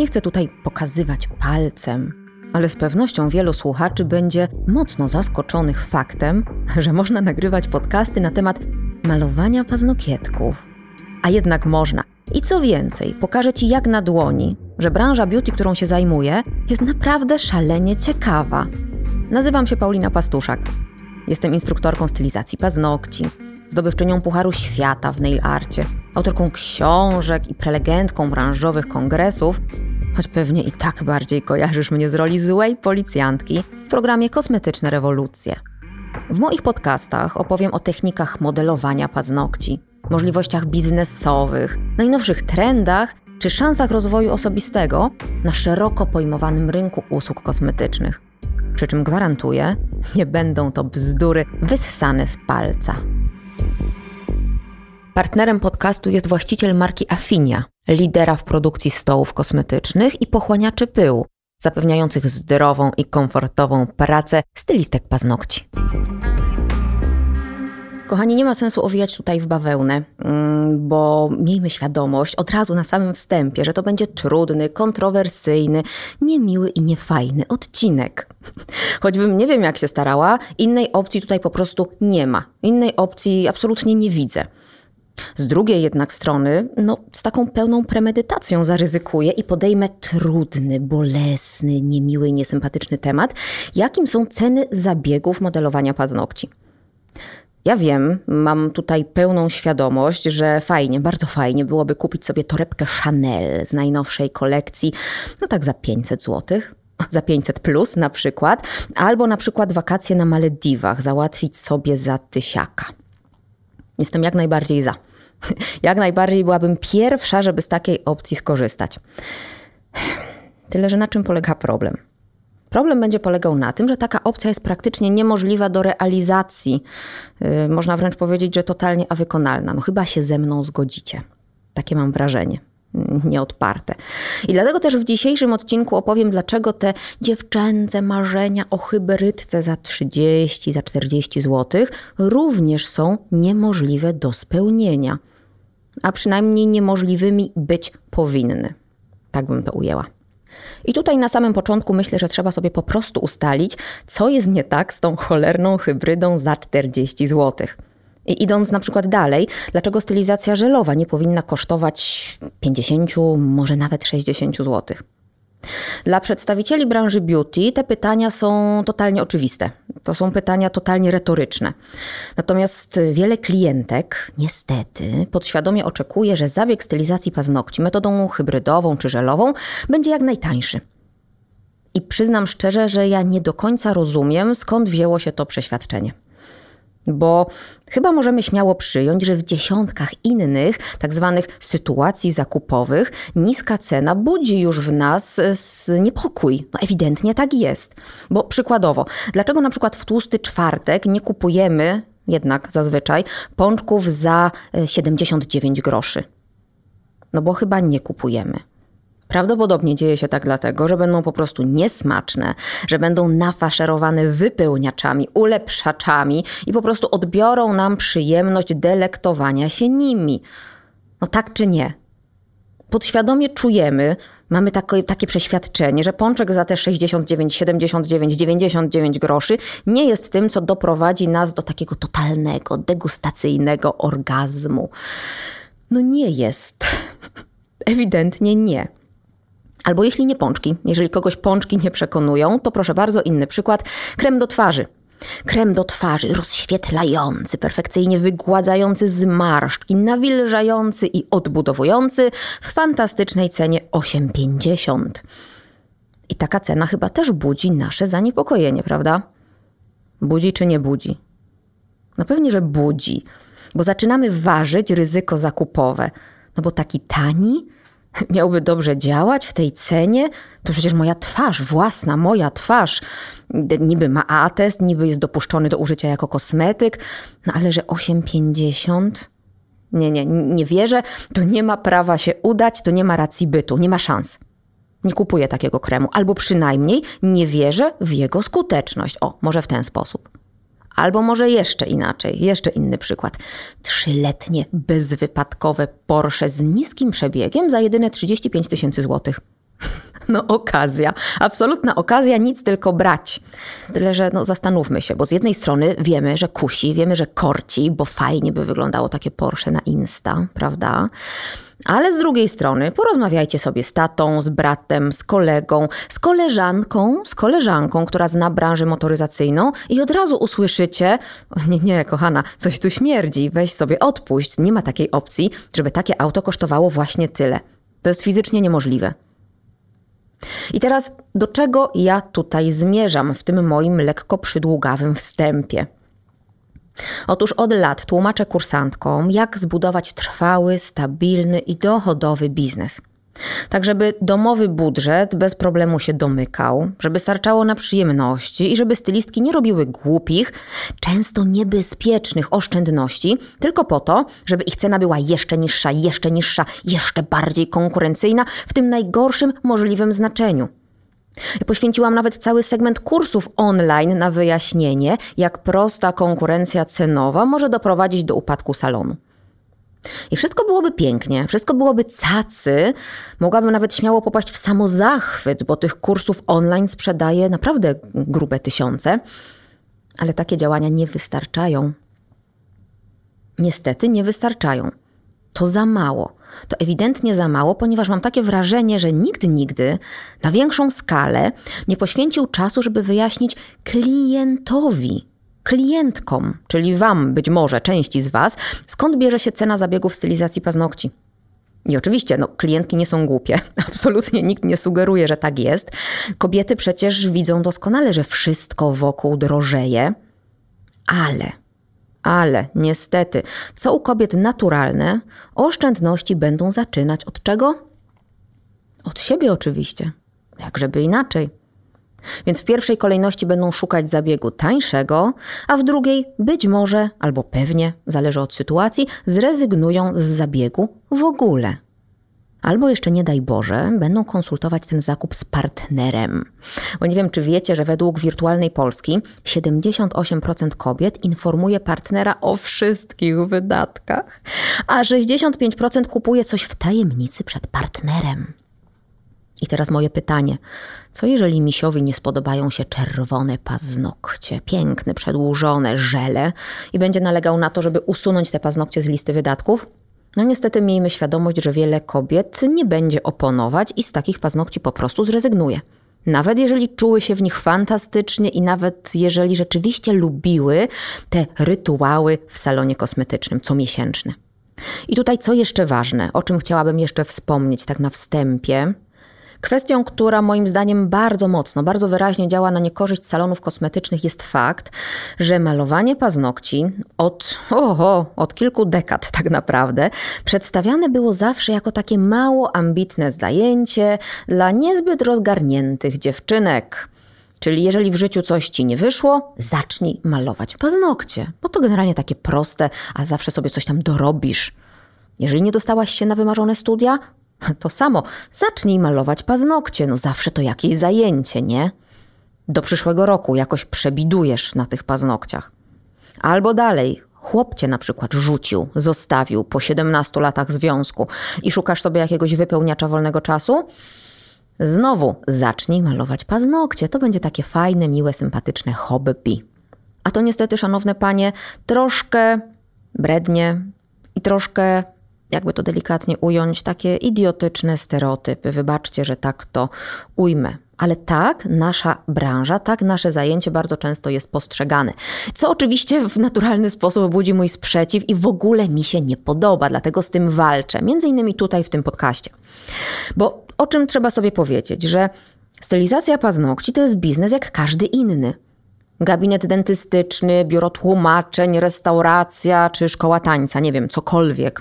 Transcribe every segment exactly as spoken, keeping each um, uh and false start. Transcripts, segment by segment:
chcę tutaj pokazywać palcem, ale z pewnością wielu słuchaczy będzie mocno zaskoczonych faktem, że można nagrywać podcasty na temat malowania paznokietków. A jednak można. I co więcej, pokażę Ci jak na dłoni, że branża beauty, którą się zajmuję, jest naprawdę szalenie ciekawa. Nazywam się Paulina Pastuszak. Jestem instruktorką stylizacji paznokci, zdobywczynią Pucharu Świata w nail arcie, autorką książek i prelegentką branżowych kongresów, choć pewnie i tak bardziej kojarzysz mnie z roli złej policjantki w programie Kosmetyczne rewolucje. W moich podcastach opowiem o technikach modelowania paznokci, możliwościach biznesowych, najnowszych trendach czy szansach rozwoju osobistego na szeroko pojmowanym rynku usług kosmetycznych. Przy czym gwarantuję, nie będą to bzdury wyssane z palca. Partnerem podcastu jest właściciel marki Affinia, lidera w produkcji stołów kosmetycznych i pochłaniaczy pyłu, zapewniających zdrową i komfortową pracę stylistek paznokci. Kochani, nie ma sensu owijać tutaj w bawełnę, bo miejmy świadomość od razu na samym wstępie, że to będzie trudny, kontrowersyjny, niemiły i niefajny odcinek. Choćbym nie wiem jak się starała, innej opcji tutaj po prostu nie ma. Innej opcji absolutnie nie widzę. Z drugiej jednak strony, no z taką pełną premedytacją zaryzykuję i podejmę trudny, bolesny, niemiły i niesympatyczny temat, jakim są ceny zabiegów modelowania paznokci. Ja wiem, mam tutaj pełną świadomość, że fajnie, bardzo fajnie byłoby kupić sobie torebkę Chanel z najnowszej kolekcji, no tak za pięćset złotych, za pięćset plus na przykład, albo na przykład wakacje na Malediwach załatwić sobie za tysiaka. Jestem jak najbardziej za. Jak najbardziej byłabym pierwsza, żeby z takiej opcji skorzystać. Tyle, że na czym polega problem? Problem będzie polegał na tym, że taka opcja jest praktycznie niemożliwa do realizacji. Yy, można wręcz powiedzieć, że totalnie awykonalna. No chyba się ze mną zgodzicie. Takie mam wrażenie. Nieodparte. I dlatego też w dzisiejszym odcinku opowiem, dlaczego te dziewczęce marzenia o hybrydce za trzydzieści, za czterdzieści złotych również są niemożliwe do spełnienia. A przynajmniej niemożliwymi być powinny. Tak bym to ujęła. I tutaj na samym początku myślę, że trzeba sobie po prostu ustalić, co jest nie tak z tą cholerną hybrydą za czterdzieści złotych. I idąc na przykład dalej, dlaczego stylizacja żelowa nie powinna kosztować pięćdziesiąt, może nawet sześćdziesiąt złotych? Dla przedstawicieli branży beauty te pytania są totalnie oczywiste. To są pytania totalnie retoryczne. Natomiast wiele klientek, niestety, podświadomie oczekuje, że zabieg stylizacji paznokci metodą hybrydową czy żelową będzie jak najtańszy. I przyznam szczerze, że ja nie do końca rozumiem, skąd wzięło się to przeświadczenie. Bo chyba możemy śmiało przyjąć, że w dziesiątkach innych tak zwanych sytuacji zakupowych niska cena budzi już w nas niepokój. No ewidentnie tak jest. Bo przykładowo, dlaczego na przykład w tłusty czwartek nie kupujemy jednak zazwyczaj pączków za siedemdziesiąt dziewięć groszy? No bo chyba nie kupujemy. Prawdopodobnie dzieje się tak dlatego, że będą po prostu niesmaczne, że będą nafaszerowane wypełniaczami, ulepszaczami i po prostu odbiorą nam przyjemność delektowania się nimi. No tak czy nie? Podświadomie czujemy, mamy takie, takie przeświadczenie, że pączek za te sześćdziesiąt dziewięć, siedemdziesiąt dziewięć, dziewięćdziesiąt dziewięć groszy nie jest tym, co doprowadzi nas do takiego totalnego, degustacyjnego orgazmu. No nie jest. Ewidentnie nie. Albo jeśli nie pączki, jeżeli kogoś pączki nie przekonują, to proszę bardzo, inny przykład, krem do twarzy. Krem do twarzy rozświetlający, perfekcyjnie wygładzający zmarszczki, nawilżający i odbudowujący w fantastycznej cenie osiem pięćdziesiąt. I taka cena chyba też budzi nasze zaniepokojenie, prawda? Budzi czy nie budzi? No pewnie, że budzi, bo zaczynamy ważyć ryzyko zakupowe. No bo taki tani miałby dobrze działać w tej cenie? To przecież moja twarz, własna moja twarz. Niby ma atest, niby jest dopuszczony do użycia jako kosmetyk, no ale że osiem pięćdziesiąt? Nie, nie, nie wierzę. To nie ma prawa się udać, to nie ma racji bytu, nie ma szans. Nie kupuję takiego kremu, albo przynajmniej nie wierzę w jego skuteczność. O, może w ten sposób. Albo może jeszcze inaczej, jeszcze inny przykład. Trzyletnie, bezwypadkowe Porsche z niskim przebiegiem za jedyne trzydzieści pięć tysięcy złotych. No okazja, absolutna okazja, nic tylko brać. Tyle, że no zastanówmy się, bo z jednej strony wiemy, że kusi, wiemy, że korci, bo fajnie by wyglądało takie Porsche na Insta, prawda? Ale z drugiej strony porozmawiajcie sobie z tatą, z bratem, z kolegą, z koleżanką, z koleżanką, która zna branżę motoryzacyjną i od razu usłyszycie, nie, nie, kochana, coś tu śmierdzi, weź sobie odpuść, nie ma takiej opcji, żeby takie auto kosztowało właśnie tyle. To jest fizycznie niemożliwe. I teraz do czego ja tutaj zmierzam w tym moim lekko przydługawym wstępie? Otóż od lat tłumaczę kursantkom, jak zbudować trwały, stabilny i dochodowy biznes. Tak, żeby domowy budżet bez problemu się domykał, żeby starczało na przyjemności i żeby stylistki nie robiły głupich, często niebezpiecznych oszczędności, tylko po to, żeby ich cena była jeszcze niższa, jeszcze niższa, jeszcze bardziej konkurencyjna w tym najgorszym możliwym znaczeniu. Ja poświęciłam nawet cały segment kursów online na wyjaśnienie, jak prosta konkurencja cenowa może doprowadzić do upadku salonu. I wszystko byłoby pięknie, wszystko byłoby cacy. Mogłabym nawet śmiało popaść w samozachwyt, bo tych kursów online sprzedaję naprawdę grube tysiące. Ale takie działania nie wystarczają. Niestety nie wystarczają. To za mało. To ewidentnie za mało, ponieważ mam takie wrażenie, że nikt nigdy na większą skalę nie poświęcił czasu, żeby wyjaśnić klientowi, klientkom, czyli wam być może, części z was, skąd bierze się cena zabiegów stylizacji paznokci. I oczywiście, no, klientki nie są głupie. Absolutnie nikt nie sugeruje, że tak jest. Kobiety przecież widzą doskonale, że wszystko wokół drożeje, ale... Ale niestety, co u kobiet naturalne, oszczędności będą zaczynać od czego? Od siebie oczywiście. Jakżeby inaczej. Więc w pierwszej kolejności będą szukać zabiegu tańszego, a w drugiej być może, albo pewnie, zależy od sytuacji, zrezygnują z zabiegu w ogóle. Albo jeszcze nie daj Boże, będą konsultować ten zakup z partnerem. Bo nie wiem, czy wiecie, że według Wirtualnej Polski siedemdziesiąt osiem procent kobiet informuje partnera o wszystkich wydatkach, a sześćdziesiąt pięć procent kupuje coś w tajemnicy przed partnerem. I teraz moje pytanie. Co jeżeli misiowi nie spodobają się czerwone paznokcie, piękne, przedłużone żele i będzie nalegał na to, żeby usunąć te paznokcie z listy wydatków? No niestety miejmy świadomość, że wiele kobiet nie będzie oponować i z takich paznokci po prostu zrezygnuje. Nawet jeżeli czuły się w nich fantastycznie i nawet jeżeli rzeczywiście lubiły te rytuały w salonie kosmetycznym comiesięczne. I tutaj co jeszcze ważne, o czym chciałabym jeszcze wspomnieć tak na wstępie. Kwestią, która moim zdaniem bardzo mocno, bardzo wyraźnie działa na niekorzyść salonów kosmetycznych jest fakt, że malowanie paznokci od, oho, od kilku dekad tak naprawdę przedstawiane było zawsze jako takie mało ambitne zajęcie dla niezbyt rozgarniętych dziewczynek. Czyli jeżeli w życiu coś ci nie wyszło, zacznij malować paznokcie, bo to generalnie takie proste, a zawsze sobie coś tam dorobisz. Jeżeli nie dostałaś się na wymarzone studia, to samo, zacznij malować paznokcie, no zawsze to jakieś zajęcie, nie? Do przyszłego roku jakoś przebidujesz na tych paznokciach. Albo dalej, chłop cię na przykład rzucił, zostawił po siedemnastu latach związku i szukasz sobie jakiegoś wypełniacza wolnego czasu? Znowu zacznij malować paznokcie, to będzie takie fajne, miłe, sympatyczne hobby. A to niestety, szanowne panie, troszkę brednie i troszkę, jakby to delikatnie ująć, takie idiotyczne stereotypy. Wybaczcie, że tak to ujmę. Ale tak nasza branża, tak nasze zajęcie bardzo często jest postrzegane. Co oczywiście w naturalny sposób budzi mój sprzeciw i w ogóle mi się nie podoba, dlatego z tym walczę. Między innymi tutaj w tym podcaście. Bo o czym trzeba sobie powiedzieć, że stylizacja paznokci to jest biznes jak każdy inny. Gabinet dentystyczny, biuro tłumaczeń, restauracja czy szkoła tańca, nie wiem, cokolwiek.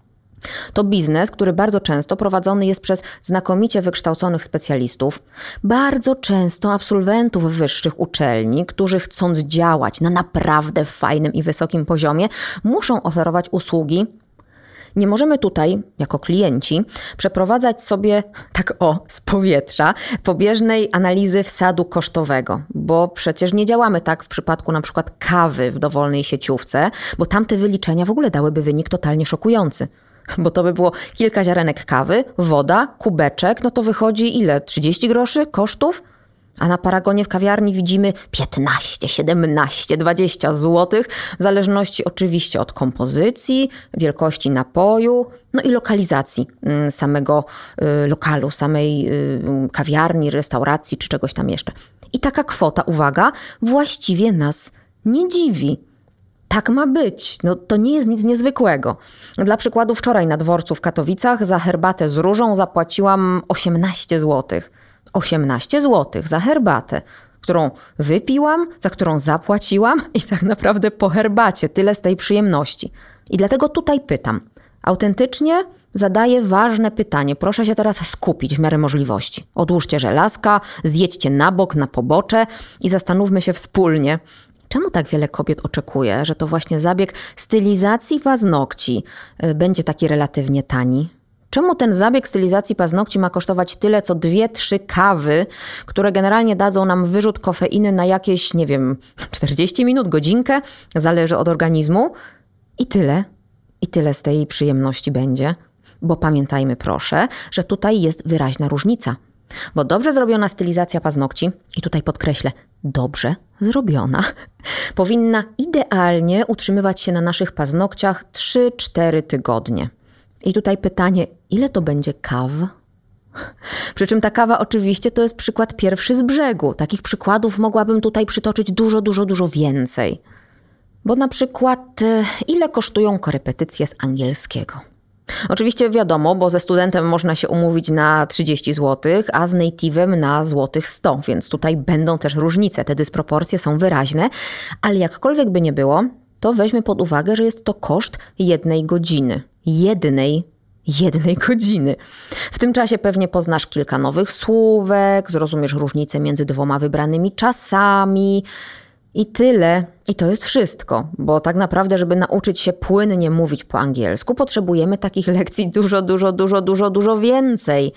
To biznes, który bardzo często prowadzony jest przez znakomicie wykształconych specjalistów, bardzo często absolwentów wyższych uczelni, którzy chcąc działać na naprawdę fajnym i wysokim poziomie, muszą oferować usługi. Nie możemy tutaj, jako klienci, przeprowadzać sobie, tak o, z powietrza, pobieżnej analizy wsadu kosztowego, bo przecież nie działamy tak w przypadku na przykład kawy w dowolnej sieciówce, bo tamte wyliczenia w ogóle dałyby wynik totalnie szokujący. Bo to by było kilka ziarenek kawy, woda, kubeczek, no to wychodzi ile? trzydzieści groszy kosztów? A na paragonie w kawiarni widzimy piętnaście, siedemnaście, dwadzieścia złotych, w zależności oczywiście od kompozycji, wielkości napoju, no i lokalizacji samego lokalu, samej kawiarni, restauracji czy czegoś tam jeszcze. I taka kwota, uwaga, właściwie nas nie dziwi. Tak ma być. No, to nie jest nic niezwykłego. Dla przykładu wczoraj na dworcu w Katowicach za herbatę z różą zapłaciłam osiemnaście złotych. osiemnaście złotych za herbatę, którą wypiłam, za którą zapłaciłam i tak naprawdę po herbacie tyle z tej przyjemności. I dlatego tutaj pytam. Autentycznie zadaję ważne pytanie. Proszę się teraz skupić w miarę możliwości. Odłóżcie żelazka, zjedźcie na bok, na pobocze i zastanówmy się wspólnie, czemu tak wiele kobiet oczekuje, że to właśnie zabieg stylizacji paznokci będzie taki relatywnie tani? Czemu ten zabieg stylizacji paznokci ma kosztować tyle, co dwie, trzy kawy, które generalnie dadzą nam wyrzut kofeiny na jakieś, nie wiem, czterdzieści minut, godzinkę, zależy od organizmu i tyle. I tyle z tej przyjemności będzie. Bo pamiętajmy proszę, że tutaj jest wyraźna różnica. Bo dobrze zrobiona stylizacja paznokci, i tutaj podkreślę, dobrze zrobiona, powinna idealnie utrzymywać się na naszych paznokciach trzy cztery tygodnie. I tutaj pytanie, ile to będzie kaw? Przy czym ta kawa oczywiście to jest przykład pierwszy z brzegu. Takich przykładów mogłabym tutaj przytoczyć dużo, dużo, dużo więcej. Bo na przykład ile kosztują korepetycje z angielskiego? Oczywiście wiadomo, bo ze studentem można się umówić na trzydzieści złotych, a z native'em na złotych sto, więc tutaj będą też różnice. Te dysproporcje są wyraźne, ale jakkolwiek by nie było, to weźmy pod uwagę, że jest to koszt jednej godziny. Jednej, jednej godziny. W tym czasie pewnie poznasz kilka nowych słówek, zrozumiesz różnicę między dwoma wybranymi czasami i tyle. I to jest wszystko, bo tak naprawdę, żeby nauczyć się płynnie mówić po angielsku, potrzebujemy takich lekcji dużo, dużo, dużo, dużo, dużo więcej.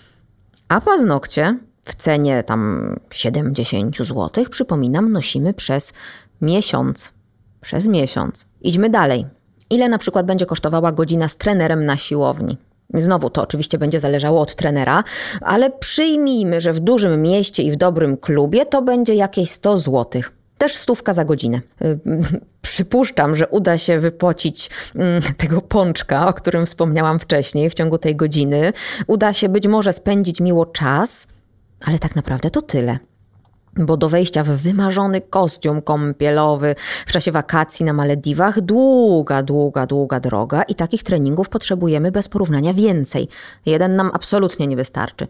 A paznokcie w cenie tam siedemdziesiąt złotych, przypominam, nosimy przez miesiąc. Przez miesiąc. Idźmy dalej. Ile na przykład będzie kosztowała godzina z trenerem na siłowni? Znowu to oczywiście będzie zależało od trenera, ale przyjmijmy, że w dużym mieście i w dobrym klubie to będzie jakieś sto złotych. Też stówka za godzinę. Przypuszczam, że uda się wypocić tego pączka, o którym wspomniałam wcześniej, w ciągu tej godziny. Uda się być może spędzić miło czas, ale tak naprawdę to tyle. Bo do wejścia w wymarzony kostium kąpielowy w czasie wakacji na Malediwach długa, długa, długa droga i takich treningów potrzebujemy bez porównania więcej. Jeden nam absolutnie nie wystarczy.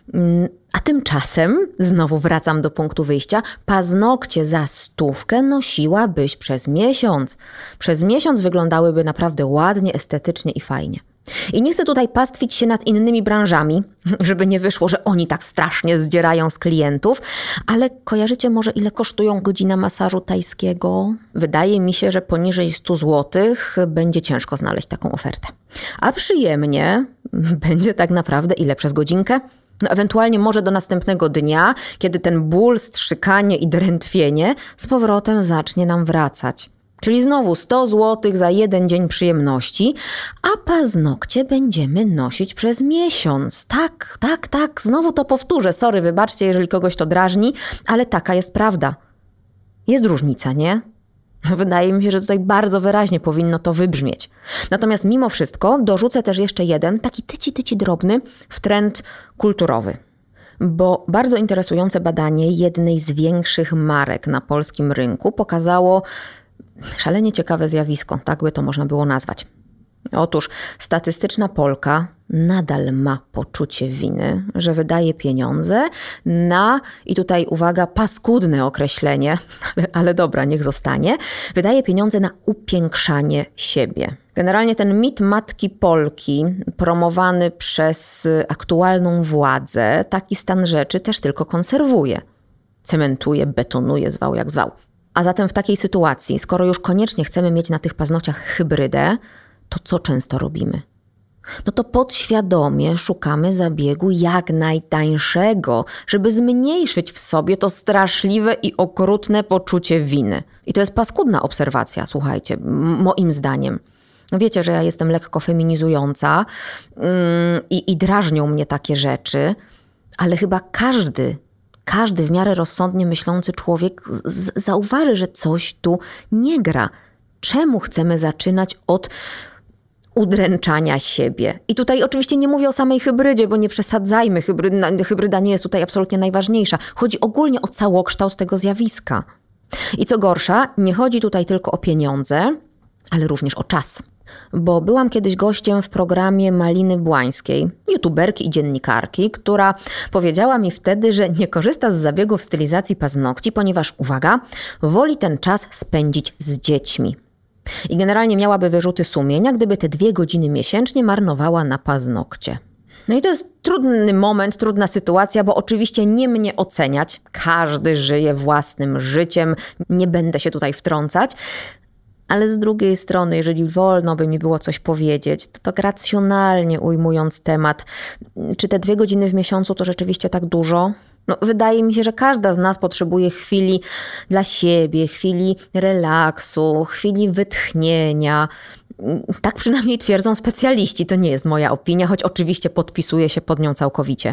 A tymczasem, znowu wracam do punktu wyjścia, paznokcie za stówkę nosiłabyś przez miesiąc. Przez miesiąc wyglądałyby naprawdę ładnie, estetycznie i fajnie. I nie chcę tutaj pastwić się nad innymi branżami, żeby nie wyszło, że oni tak strasznie zdzierają z klientów, ale kojarzycie może, ile kosztują godzina masażu tajskiego? Wydaje mi się, że poniżej stu złotych będzie ciężko znaleźć taką ofertę. A przyjemnie będzie tak naprawdę ile przez godzinkę? No ewentualnie może do następnego dnia, kiedy ten ból, strzykanie i drętwienie z powrotem zacznie nam wracać. Czyli znowu sto złotych za jeden dzień przyjemności, a paznokcie będziemy nosić przez miesiąc. Tak, tak, tak, znowu to powtórzę. Sorry, wybaczcie, jeżeli kogoś to drażni, ale taka jest prawda. Jest różnica, nie? Wydaje mi się, że tutaj bardzo wyraźnie powinno to wybrzmieć. Natomiast mimo wszystko dorzucę też jeszcze jeden, taki tyci, tyci drobny w trend kulturowy. Bo bardzo interesujące badanie jednej z większych marek na polskim rynku pokazało szalenie ciekawe zjawisko, tak by to można było nazwać. Otóż statystyczna Polka nadal ma poczucie winy, że wydaje pieniądze na, i tutaj uwaga, paskudne określenie, ale, ale dobra, niech zostanie, wydaje pieniądze na upiększanie siebie. Generalnie ten mit matki Polki promowany przez aktualną władzę taki stan rzeczy też tylko konserwuje. Cementuje, betonuje, zwał jak zwał. A zatem w takiej sytuacji, skoro już koniecznie chcemy mieć na tych paznokciach hybrydę, to co często robimy? No to podświadomie szukamy zabiegu jak najtańszego, żeby zmniejszyć w sobie to straszliwe i okrutne poczucie winy. I to jest paskudna obserwacja, słuchajcie, moim zdaniem. No wiecie, że ja jestem lekko feminizująca yy, i, i drażnią mnie takie rzeczy, ale chyba każdy, każdy w miarę rozsądnie myślący człowiek z- zauważy, że coś tu nie gra. Czemu chcemy zaczynać od udręczania siebie? I tutaj oczywiście nie mówię o samej hybrydzie, bo nie przesadzajmy, hybryda, hybryda nie jest tutaj absolutnie najważniejsza. Chodzi ogólnie o całokształt tego zjawiska. I co gorsza, nie chodzi tutaj tylko o pieniądze, ale również o czas. Bo byłam kiedyś gościem w programie Maliny Błańskiej, youtuberki i dziennikarki, która powiedziała mi wtedy, że nie korzysta z zabiegów stylizacji paznokci, ponieważ, uwaga, woli ten czas spędzić z dziećmi. I generalnie miałaby wyrzuty sumienia, gdyby te dwie godziny miesięcznie marnowała na paznokcie. No i to jest trudny moment, trudna sytuacja, bo oczywiście nie mnie oceniać. Każdy żyje własnym życiem, nie będę się tutaj wtrącać. Ale z drugiej strony, jeżeli wolno by mi było coś powiedzieć, to tak racjonalnie ujmując temat, czy te dwie godziny w miesiącu to rzeczywiście tak dużo? No, wydaje mi się, że każda z nas potrzebuje chwili dla siebie, chwili relaksu, chwili wytchnienia. Tak przynajmniej twierdzą specjaliści. To nie jest moja opinia, choć oczywiście podpisuję się pod nią całkowicie.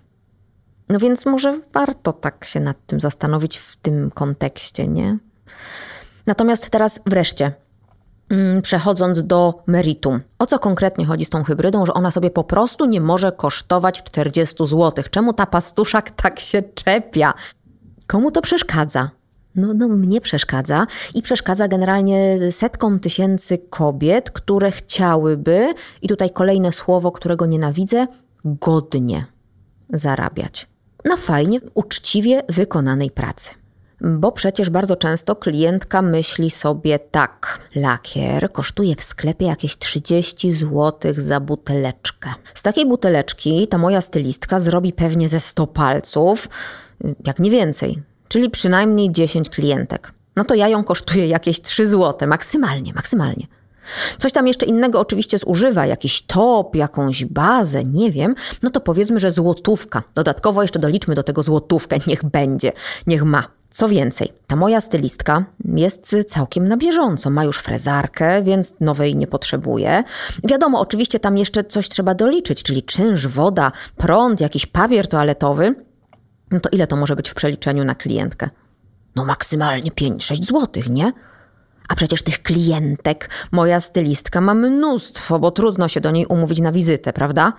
No więc może warto tak się nad tym zastanowić w tym kontekście, nie? Natomiast teraz wreszcie, przechodząc do meritum. O co konkretnie chodzi z tą hybrydą, że ona sobie po prostu nie może kosztować czterdzieści złotych? Czemu ta pastuszak tak się czepia? Komu to przeszkadza? No, no mnie przeszkadza i przeszkadza generalnie setkom tysięcy kobiet, które chciałyby, i tutaj kolejne słowo, którego nienawidzę, godnie zarabiać. Na fajnie, uczciwie wykonanej pracy. Bo przecież bardzo często klientka myśli sobie tak, lakier kosztuje w sklepie jakieś trzydzieści złotych za buteleczkę. Z takiej buteleczki ta moja stylistka zrobi pewnie ze sto palców, jak nie więcej, czyli przynajmniej dziesięć klientek. No to ja ją kosztuję jakieś trzy złote, maksymalnie, maksymalnie. Coś tam jeszcze innego oczywiście zużywa, jakiś top, jakąś bazę, nie wiem, no to powiedzmy, że złotówka. Dodatkowo jeszcze doliczmy do tego złotówkę, niech będzie, niech ma. Co więcej, ta moja stylistka jest całkiem na bieżąco, ma już frezarkę, więc nowej nie potrzebuje. Wiadomo, oczywiście tam jeszcze coś trzeba doliczyć, czyli czynsz, woda, prąd, jakiś papier toaletowy. No to ile to może być w przeliczeniu na klientkę? No maksymalnie pięć sześć złotych, nie? A przecież tych klientek moja stylistka ma mnóstwo, bo trudno się do niej umówić na wizytę, prawda?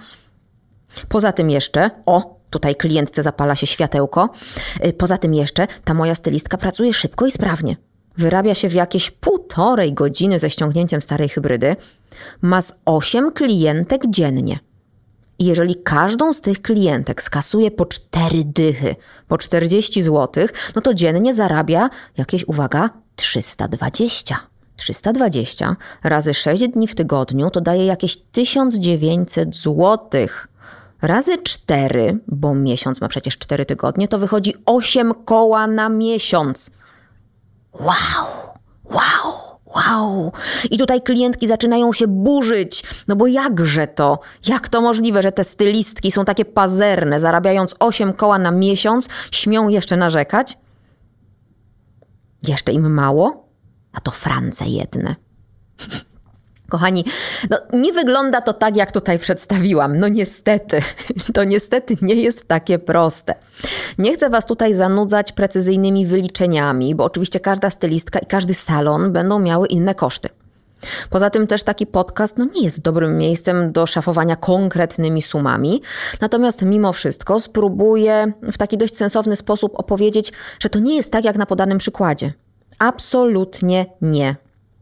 Poza tym jeszcze, o, tutaj klientce zapala się światełko, poza tym jeszcze ta moja stylistka pracuje szybko i sprawnie. Wyrabia się w jakieś półtorej godziny ze ściągnięciem starej hybrydy. Ma z osiem klientek dziennie. I jeżeli każdą z tych klientek skasuje po cztery dychy, po czterdzieści złotych, no to dziennie zarabia jakieś, uwaga, trzysta dwadzieścia. trzysta dwadzieścia razy sześć dni w tygodniu to daje jakieś tysiąc dziewięćset złotych. Razy cztery, bo miesiąc ma przecież cztery tygodnie, to wychodzi osiem koła na miesiąc. Wow, wow, wow. I tutaj klientki zaczynają się burzyć. No bo jakże to? Jak to możliwe, że te stylistki są takie pazerne, zarabiając osiem koła na miesiąc, śmią jeszcze narzekać? Jeszcze im mało? A to France jedne. Kochani, no nie wygląda to tak, jak tutaj przedstawiłam. No niestety, to niestety nie jest takie proste. Nie chcę was tutaj zanudzać precyzyjnymi wyliczeniami, bo oczywiście każda stylistka i każdy salon będą miały inne koszty. Poza tym też taki podcast no, nie jest dobrym miejscem do szafowania konkretnymi sumami. Natomiast mimo wszystko spróbuję w taki dość sensowny sposób opowiedzieć, że to nie jest tak jak na podanym przykładzie. Absolutnie nie.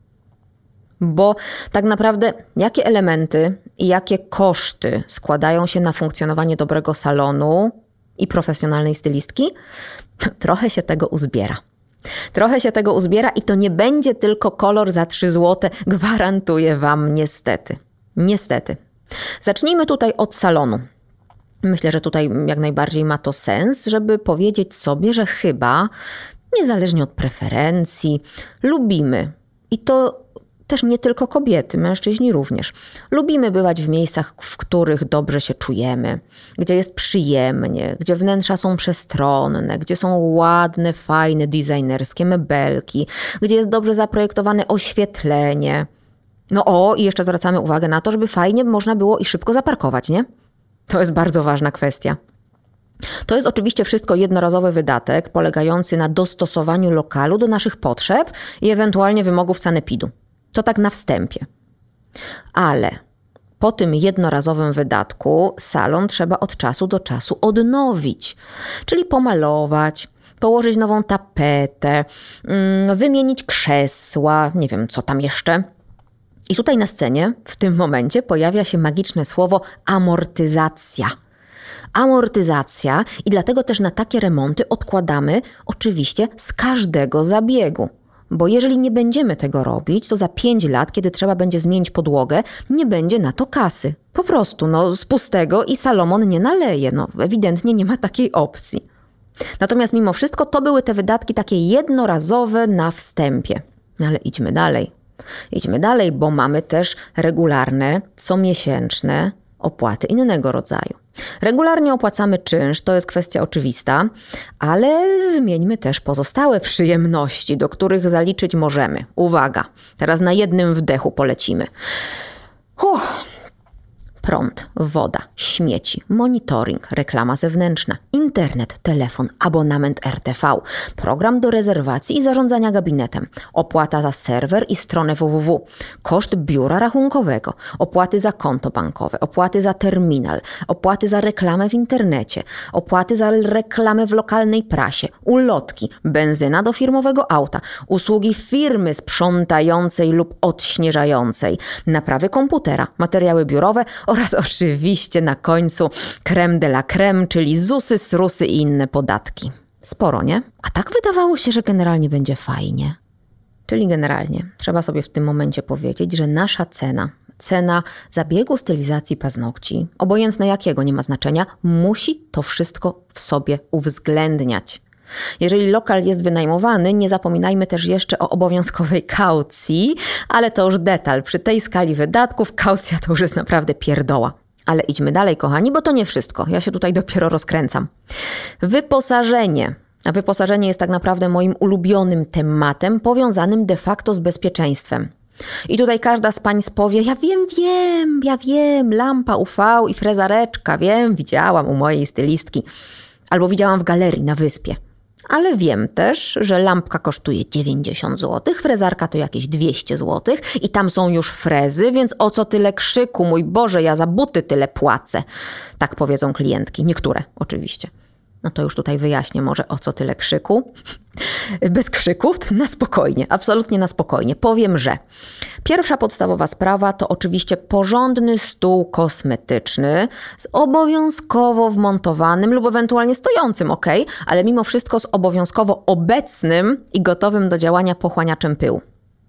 Bo tak naprawdę jakie elementy i jakie koszty składają się na funkcjonowanie dobrego salonu i profesjonalnej stylistki? Trochę się tego uzbiera. Trochę się tego uzbiera i to nie będzie tylko kolor za trzy złote, gwarantuję wam niestety. Niestety. Zacznijmy tutaj od salonu. Myślę, że tutaj jak najbardziej ma to sens, żeby powiedzieć sobie, że chyba, niezależnie od preferencji, lubimy. I to też nie tylko kobiety, mężczyźni również. Lubimy bywać w miejscach, w których dobrze się czujemy, gdzie jest przyjemnie, gdzie wnętrza są przestronne, gdzie są ładne, fajne, designerskie mebelki, gdzie jest dobrze zaprojektowane oświetlenie. No o, i jeszcze zwracamy uwagę na to, żeby fajnie można było i szybko zaparkować, nie? To jest bardzo ważna kwestia. To jest oczywiście wszystko jednorazowy wydatek polegający na dostosowaniu lokalu do naszych potrzeb i ewentualnie wymogów sanepidu. To tak na wstępie. Ale po tym jednorazowym wydatku salon trzeba od czasu do czasu odnowić, czyli pomalować, położyć nową tapetę, wymienić krzesła, nie wiem co tam jeszcze. I tutaj na scenie w tym momencie pojawia się magiczne słowo amortyzacja. Amortyzacja i dlatego też na takie remonty odkładamy oczywiście z każdego zabiegu. Bo jeżeli nie będziemy tego robić, to za pięć lat, kiedy trzeba będzie zmienić podłogę, nie będzie na to kasy. Po prostu, no z pustego i Salomon nie naleje. No ewidentnie nie ma takiej opcji. Natomiast mimo wszystko to były te wydatki takie jednorazowe na wstępie. No ale idźmy dalej. Idźmy dalej, bo mamy też regularne, comiesięczne opłaty innego rodzaju. Regularnie opłacamy czynsz, to jest kwestia oczywista, ale wymieńmy też pozostałe przyjemności, do których zaliczyć możemy. Uwaga, teraz na jednym wdechu polecimy. Uff. Prąd, woda, śmieci, monitoring, reklama zewnętrzna, internet, telefon, abonament R T V, program do rezerwacji i zarządzania gabinetem, opłata za serwer i stronę www, koszt biura rachunkowego, opłaty za konto bankowe, opłaty za terminal, opłaty za reklamę w internecie, opłaty za reklamę w lokalnej prasie, ulotki, benzyna do firmowego auta, usługi firmy sprzątającej lub odśnieżającej, naprawy komputera, materiały biurowe oraz oczywiście na końcu crème de la crème, czyli zusy, srusy i inne podatki. Sporo, nie? A tak wydawało się, że generalnie będzie fajnie. Czyli generalnie trzeba sobie w tym momencie powiedzieć, że nasza cena, cena zabiegu stylizacji paznokci, obojętne jakiego, nie ma znaczenia, musi to wszystko w sobie uwzględniać. Jeżeli lokal jest wynajmowany, nie zapominajmy też jeszcze o obowiązkowej kaucji, ale to już detal. Przy tej skali wydatków kaucja to już jest naprawdę pierdoła. Ale idźmy dalej, kochani, bo to nie wszystko. Ja się tutaj dopiero rozkręcam. Wyposażenie. A wyposażenie jest tak naprawdę moim ulubionym tematem, powiązanym de facto z bezpieczeństwem. I tutaj każda z pań powie, ja wiem, wiem, ja wiem, lampa U V i frezareczka, wiem, widziałam u mojej stylistki. Albo widziałam w galerii na wyspie. Ale wiem też, że lampka kosztuje dziewięćdziesiąt złotych, frezarka to jakieś dwieście złotych i tam są już frezy, więc o co tyle krzyku, mój Boże, ja za buty tyle płacę. Tak powiedzą klientki, niektóre oczywiście. No to już tutaj wyjaśnię może o co tyle krzyku. Bez krzyków, na spokojnie, absolutnie na spokojnie. Powiem, że pierwsza podstawowa sprawa to oczywiście porządny stół kosmetyczny z obowiązkowo wmontowanym lub ewentualnie stojącym, ok, ale mimo wszystko z obowiązkowo obecnym i gotowym do działania pochłaniaczem pyłu.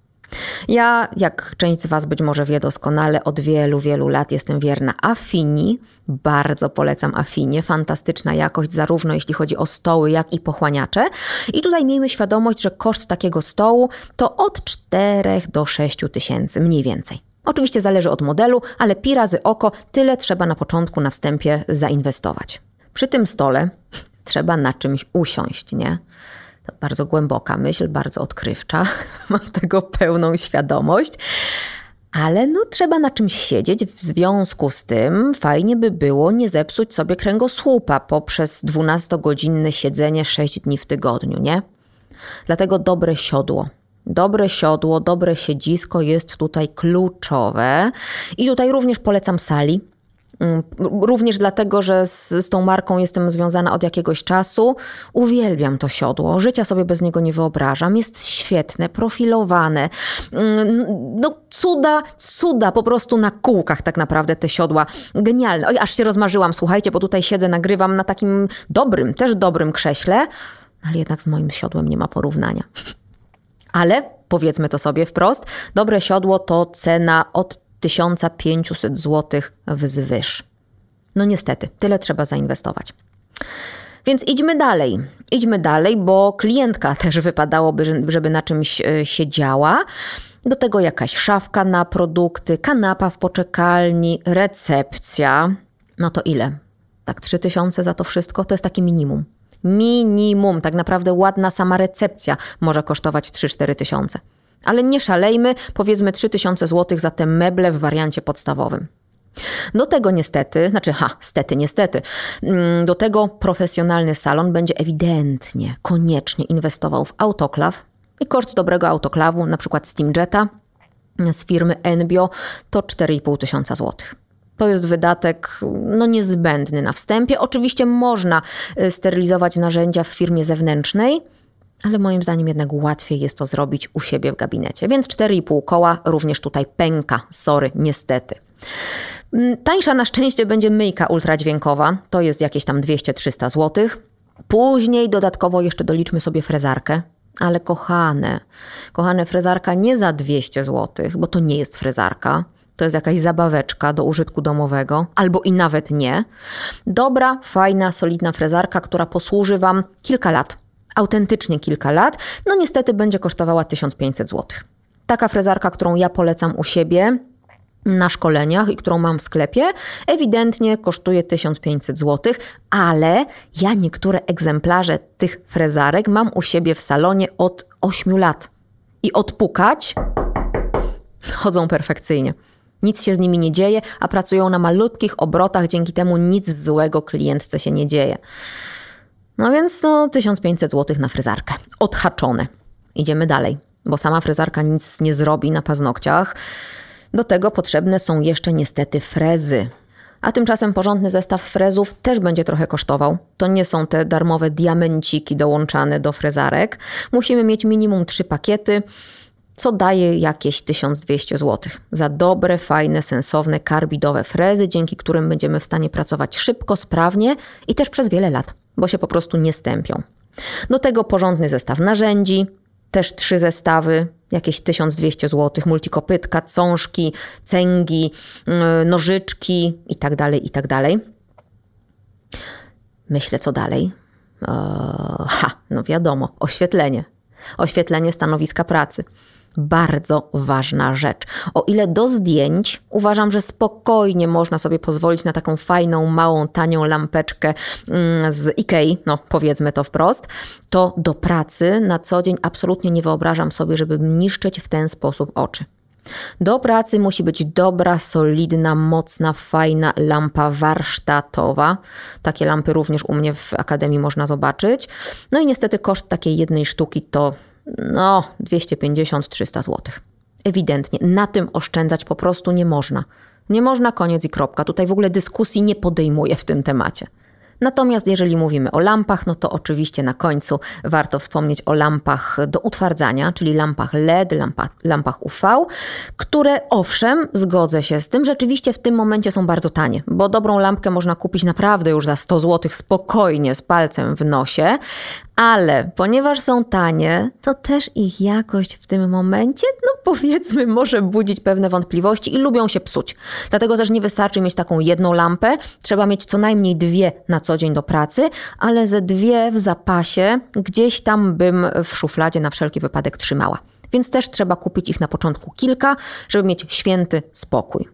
Ja, jak część z Was być może wie doskonale, od wielu, wielu lat jestem wierna Affini. Bardzo polecam Affinię. Fantastyczna jakość, zarówno jeśli chodzi o stoły, jak i pochłaniacze. I tutaj miejmy świadomość, że koszt takiego stołu to od czterech do sześciu tysięcy, mniej więcej. Oczywiście zależy od modelu, ale pi razy oko, tyle trzeba na początku, na wstępie zainwestować. Przy tym stole trzeba na czymś usiąść, nie? To bardzo głęboka myśl, bardzo odkrywcza. Mam tego pełną świadomość. Ale no trzeba na czymś siedzieć. W związku z tym fajnie by było nie zepsuć sobie kręgosłupa poprzez dwunastogodzinne siedzenie sześć dni w tygodniu, nie? Dlatego dobre siodło. Dobre siodło, dobre siedzisko jest tutaj kluczowe. I tutaj również polecam Sali. Również dlatego, że z, z tą marką jestem związana od jakiegoś czasu. Uwielbiam to siodło. Życia sobie bez niego nie wyobrażam. Jest świetne, profilowane. No cuda, cuda po prostu na kółkach tak naprawdę te siodła. Genialne. Oj, aż się rozmarzyłam, słuchajcie, bo tutaj siedzę, nagrywam na takim dobrym, też dobrym krześle, ale jednak z moim siodłem nie ma porównania. Ale powiedzmy to sobie wprost, dobre siodło to cena od tysiąc pięćset złotych wzwyż. No niestety, tyle trzeba zainwestować. Więc idźmy dalej. Idźmy dalej, bo klientka też wypadałoby, żeby na czymś siedziała. Do tego jakaś szafka na produkty, kanapa w poczekalni, recepcja. No to ile? Tak trzy tysiące za to wszystko? To jest takie minimum. Minimum. Tak naprawdę ładna sama recepcja może kosztować trzy cztery tysiące. Ale nie szalejmy, powiedzmy trzy tysiące złotych za te meble w wariancie podstawowym. Do tego niestety, znaczy ha, stety, niestety, do tego profesjonalny salon będzie ewidentnie, koniecznie inwestował w autoklaw i koszt dobrego autoklawu, na przykład Steamjetta z firmy Enbio, to cztery i pół tysiąca złotych. To jest wydatek no, niezbędny na wstępie. Oczywiście można sterylizować narzędzia w firmie zewnętrznej, ale moim zdaniem jednak łatwiej jest to zrobić u siebie w gabinecie. Więc cztery i pół koła również tutaj pęka, sorry, niestety. Tańsza na szczęście będzie myjka ultradźwiękowa, to jest jakieś tam dwieście trzysta złotych. Później dodatkowo jeszcze doliczmy sobie frezarkę. Ale kochane, kochane, frezarka nie za dwieście złotych, bo to nie jest frezarka. To jest jakaś zabaweczka do użytku domowego, albo i nawet nie. Dobra, fajna, solidna frezarka, która posłuży Wam kilka lat. Autentycznie kilka lat. No niestety będzie kosztowała tysiąc pięćset złotych. Taka frezarka, którą ja polecam u siebie na szkoleniach i którą mam w sklepie, ewidentnie kosztuje tysiąc pięćset złotych, ale ja niektóre egzemplarze tych frezarek mam u siebie w salonie od ośmiu lat. I odpukać chodzą perfekcyjnie. Nic się z nimi nie dzieje, a pracują na malutkich obrotach, dzięki temu nic złego klientce się nie dzieje. No więc to tysiąc pięćset złotych na fryzarkę. Odhaczone. Idziemy dalej, bo sama fryzarka nic nie zrobi na paznokciach. Do tego potrzebne są jeszcze niestety frezy. A tymczasem porządny zestaw frezów też będzie trochę kosztował. To nie są te darmowe diamenciki dołączane do frezarek. Musimy mieć minimum trzy pakiety, co daje jakieś tysiąc dwieście złotych. Za dobre, fajne, sensowne, karbidowe frezy, dzięki którym będziemy w stanie pracować szybko, sprawnie i też przez wiele lat, bo się po prostu nie stępią. Do tego porządny zestaw narzędzi, też trzy zestawy, jakieś tysiąc dwieście złotych, multikopytka, cążki, cęgi, nożyczki i tak dalej, i tak dalej. Myślę, co dalej? Eee, ha, no wiadomo, oświetlenie. Oświetlenie stanowiska pracy. Bardzo ważna rzecz. O ile do zdjęć uważam, że spokojnie można sobie pozwolić na taką fajną, małą, tanią lampeczkę z Ikei, no powiedzmy to wprost, to do pracy na co dzień absolutnie nie wyobrażam sobie, żeby niszczyć w ten sposób oczy. Do pracy musi być dobra, solidna, mocna, fajna lampa warsztatowa. Takie lampy również u mnie w Akademii można zobaczyć. No i niestety koszt takiej jednej sztuki to no dwieście pięćdziesiąt do trzystu złotych. Ewidentnie. Na tym oszczędzać po prostu nie można. Nie można, koniec i kropka. Tutaj w ogóle dyskusji nie podejmuję w tym temacie. Natomiast jeżeli mówimy o lampach, no to oczywiście na końcu warto wspomnieć o lampach do utwardzania, czyli lampach L E D, lampach, lampach U V, które owszem, zgodzę się z tym, rzeczywiście w tym momencie są bardzo tanie, bo dobrą lampkę można kupić naprawdę już za sto złotych spokojnie z palcem w nosie, ale ponieważ są tanie, to też ich jakość w tym momencie, no powiedzmy, może budzić pewne wątpliwości i lubią się psuć. Dlatego też nie wystarczy mieć taką jedną lampę, trzeba mieć co najmniej dwie na co dzień do pracy, ale ze dwie w zapasie gdzieś tam bym w szufladzie na wszelki wypadek trzymała. Więc też trzeba kupić ich na początku kilka, żeby mieć święty spokój.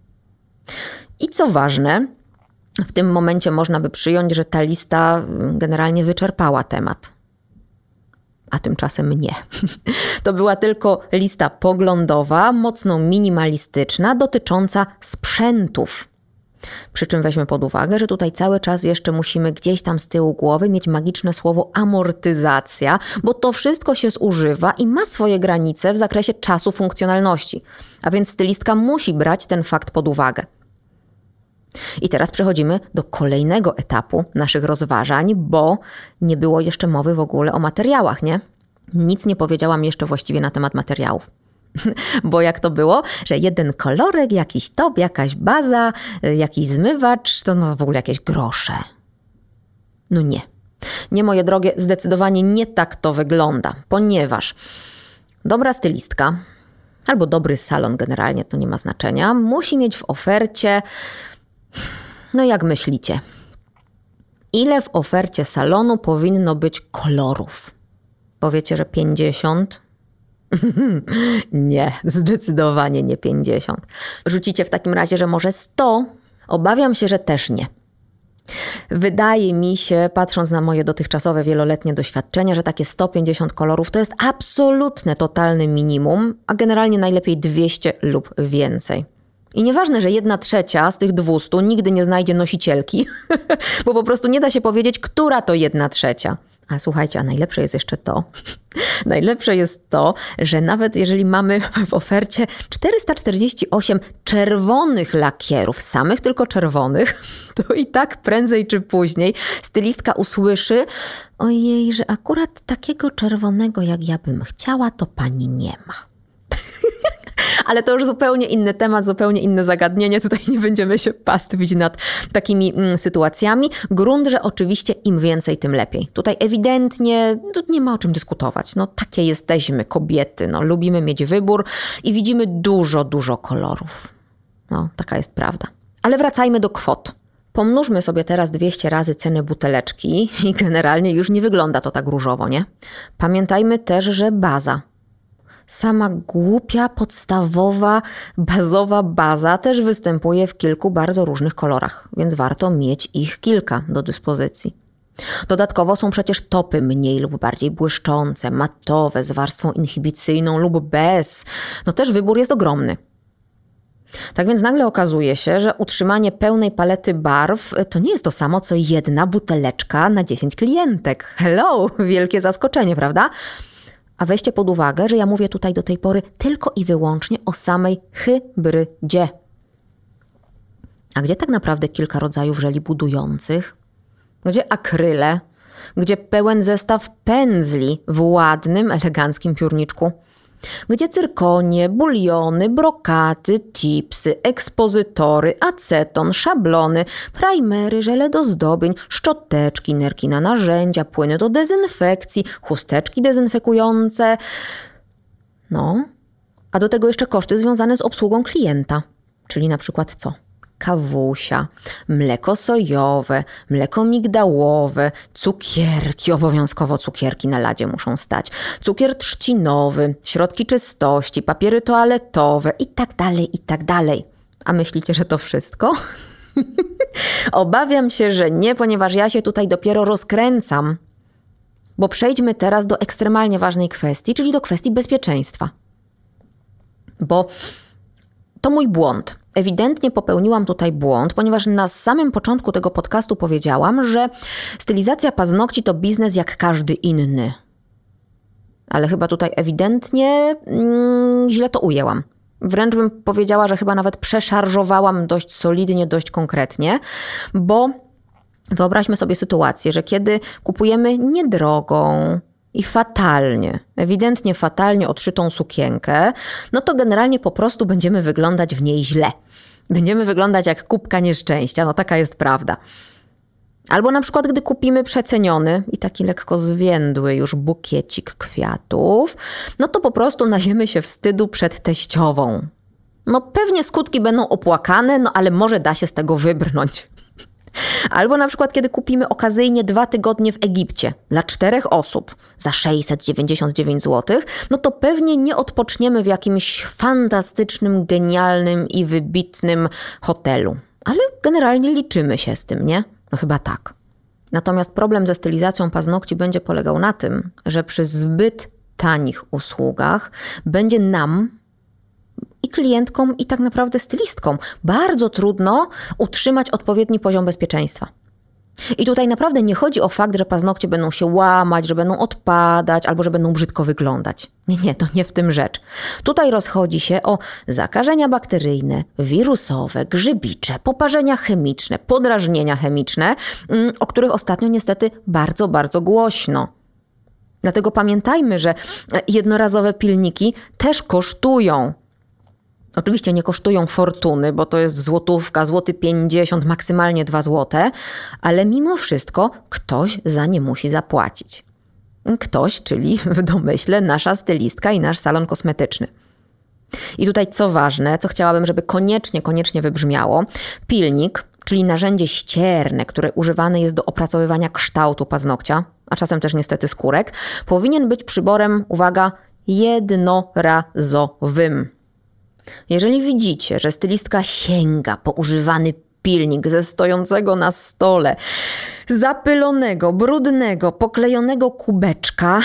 I co ważne, w tym momencie można by przyjąć, że ta lista generalnie wyczerpała temat. A tymczasem nie. To była tylko lista poglądowa, mocno minimalistyczna, dotycząca sprzętów. Przy czym weźmy pod uwagę, że tutaj cały czas jeszcze musimy gdzieś tam z tyłu głowy mieć magiczne słowo amortyzacja, bo to wszystko się zużywa i ma swoje granice w zakresie czasu funkcjonalności. A więc stylistka musi brać ten fakt pod uwagę. I teraz przechodzimy do kolejnego etapu naszych rozważań, bo nie było jeszcze mowy w ogóle o materiałach, nie? Nic nie powiedziałam jeszcze właściwie na temat materiałów. Bo jak to było, że jeden kolorek, jakiś top, jakaś baza, jakiś zmywacz, to no w ogóle jakieś grosze. No nie. Nie, moje drogie, zdecydowanie nie tak to wygląda, ponieważ dobra stylistka albo dobry salon generalnie, to nie ma znaczenia, musi mieć w ofercie, no jak myślicie, ile w ofercie salonu powinno być kolorów? Powiecie, że pięćdziesiąt? Nie, zdecydowanie nie pięćdziesiąt. Rzucicie w takim razie, że może sto? Obawiam się, że też nie. Wydaje mi się, patrząc na moje dotychczasowe wieloletnie doświadczenia, że takie sto pięćdziesiąt kolorów to jest absolutne, totalne minimum, a generalnie najlepiej dwieście lub więcej. I nieważne, że jedna trzecia z tych dwustu nigdy nie znajdzie nosicielki, bo po prostu nie da się powiedzieć, która to jedna trzecia. A słuchajcie, a najlepsze jest jeszcze to, najlepsze jest to, że nawet jeżeli mamy w ofercie czterysta czterdzieści osiem czerwonych lakierów, samych tylko czerwonych, to i tak prędzej czy później stylistka usłyszy: ojej, że akurat takiego czerwonego jak ja bym chciała, to pani nie ma. Ale to już zupełnie inny temat, zupełnie inne zagadnienie. Tutaj nie będziemy się pastwić nad takimi mm, sytuacjami. Grunt, że oczywiście im więcej, tym lepiej. Tutaj ewidentnie no, nie ma o czym dyskutować. No, takie jesteśmy, kobiety. No, lubimy mieć wybór i widzimy dużo, dużo kolorów. No, taka jest prawda. Ale wracajmy do kwot. Pomnóżmy sobie teraz dwieście razy ceny buteleczki i generalnie już nie wygląda to tak różowo, nie? Pamiętajmy też, że baza. Sama głupia, podstawowa, bazowa baza też występuje w kilku bardzo różnych kolorach, więc warto mieć ich kilka do dyspozycji. Dodatkowo są przecież topy mniej lub bardziej błyszczące, matowe, z warstwą inhibicyjną lub bez. No też wybór jest ogromny. Tak więc nagle okazuje się, że utrzymanie pełnej palety barw to nie jest to samo, co jedna buteleczka na dziesięć klientek. Hello! Wielkie zaskoczenie, prawda? A weźcie pod uwagę, że ja mówię tutaj do tej pory tylko i wyłącznie o samej hybrydzie. A gdzie tak naprawdę kilka rodzajów żeli budujących? Gdzie akryle? Gdzie pełen zestaw pędzli w ładnym, eleganckim piórniczku? Gdzie cyrkonie, buliony, brokaty, tipsy, ekspozytory, aceton, szablony, primery, żele do zdobień, szczoteczki, nerki na narzędzia, płyny do dezynfekcji, chusteczki dezynfekujące. No, a do tego jeszcze koszty związane z obsługą klienta, czyli na przykład co? Kawusia, mleko sojowe, mleko migdałowe, cukierki, obowiązkowo cukierki na ladzie muszą stać, cukier trzcinowy, środki czystości, papiery toaletowe i tak dalej, i tak dalej. A myślicie, że to wszystko? Obawiam się, że nie, ponieważ ja się tutaj dopiero rozkręcam. Bo przejdźmy teraz do ekstremalnie ważnej kwestii, czyli do kwestii bezpieczeństwa. Bo to mój błąd. Ewidentnie popełniłam tutaj błąd, ponieważ na samym początku tego podcastu powiedziałam, że stylizacja paznokci to biznes jak każdy inny. Ale chyba tutaj ewidentnie mm, źle to ujęłam. Wręcz bym powiedziała, że chyba nawet przeszarżowałam dość solidnie, dość konkretnie, bo wyobraźmy sobie sytuację, że kiedy kupujemy niedrogą i fatalnie, ewidentnie fatalnie odszytą sukienkę, no to generalnie po prostu będziemy wyglądać w niej źle. Będziemy wyglądać jak kubka nieszczęścia, no taka jest prawda. Albo na przykład, gdy kupimy przeceniony i taki lekko zwiędły już bukiecik kwiatów, no to po prostu najemy się wstydu przed teściową. No pewnie skutki będą opłakane, no ale może da się z tego wybrnąć. Albo na przykład, kiedy kupimy okazyjnie dwa tygodnie w Egipcie dla czterech osób za sześćset dziewięćdziesiąt dziewięć złotych, no to pewnie nie odpoczniemy w jakimś fantastycznym, genialnym i wybitnym hotelu. Ale generalnie liczymy się z tym, nie? No chyba tak. Natomiast problem ze stylizacją paznokci będzie polegał na tym, że przy zbyt tanich usługach będzie nam i klientkom, i tak naprawdę stylistkom bardzo trudno utrzymać odpowiedni poziom bezpieczeństwa. I tutaj naprawdę nie chodzi o fakt, że paznokcie będą się łamać, że będą odpadać albo że będą brzydko wyglądać. Nie, nie, to nie w tym rzecz. Tutaj rozchodzi się o zakażenia bakteryjne, wirusowe, grzybicze, poparzenia chemiczne, podrażnienia chemiczne, o których ostatnio niestety bardzo, bardzo głośno. Dlatego pamiętajmy, że jednorazowe pilniki też kosztują. Oczywiście nie kosztują fortuny, bo to jest złotówka, złoty pięćdziesiąt, maksymalnie dwa złote, ale mimo wszystko ktoś za nie musi zapłacić. Ktoś, czyli w domyśle nasza stylistka i nasz salon kosmetyczny. I tutaj co ważne, co chciałabym, żeby koniecznie, koniecznie wybrzmiało, pilnik, czyli narzędzie ścierne, które używane jest do opracowywania kształtu paznokcia, a czasem też niestety skórek, powinien być przyborem, uwaga, jednorazowym. Jeżeli widzicie, że stylistka sięga po używany pilnik ze stojącego na stole, zapylonego, brudnego, poklejonego kubeczka,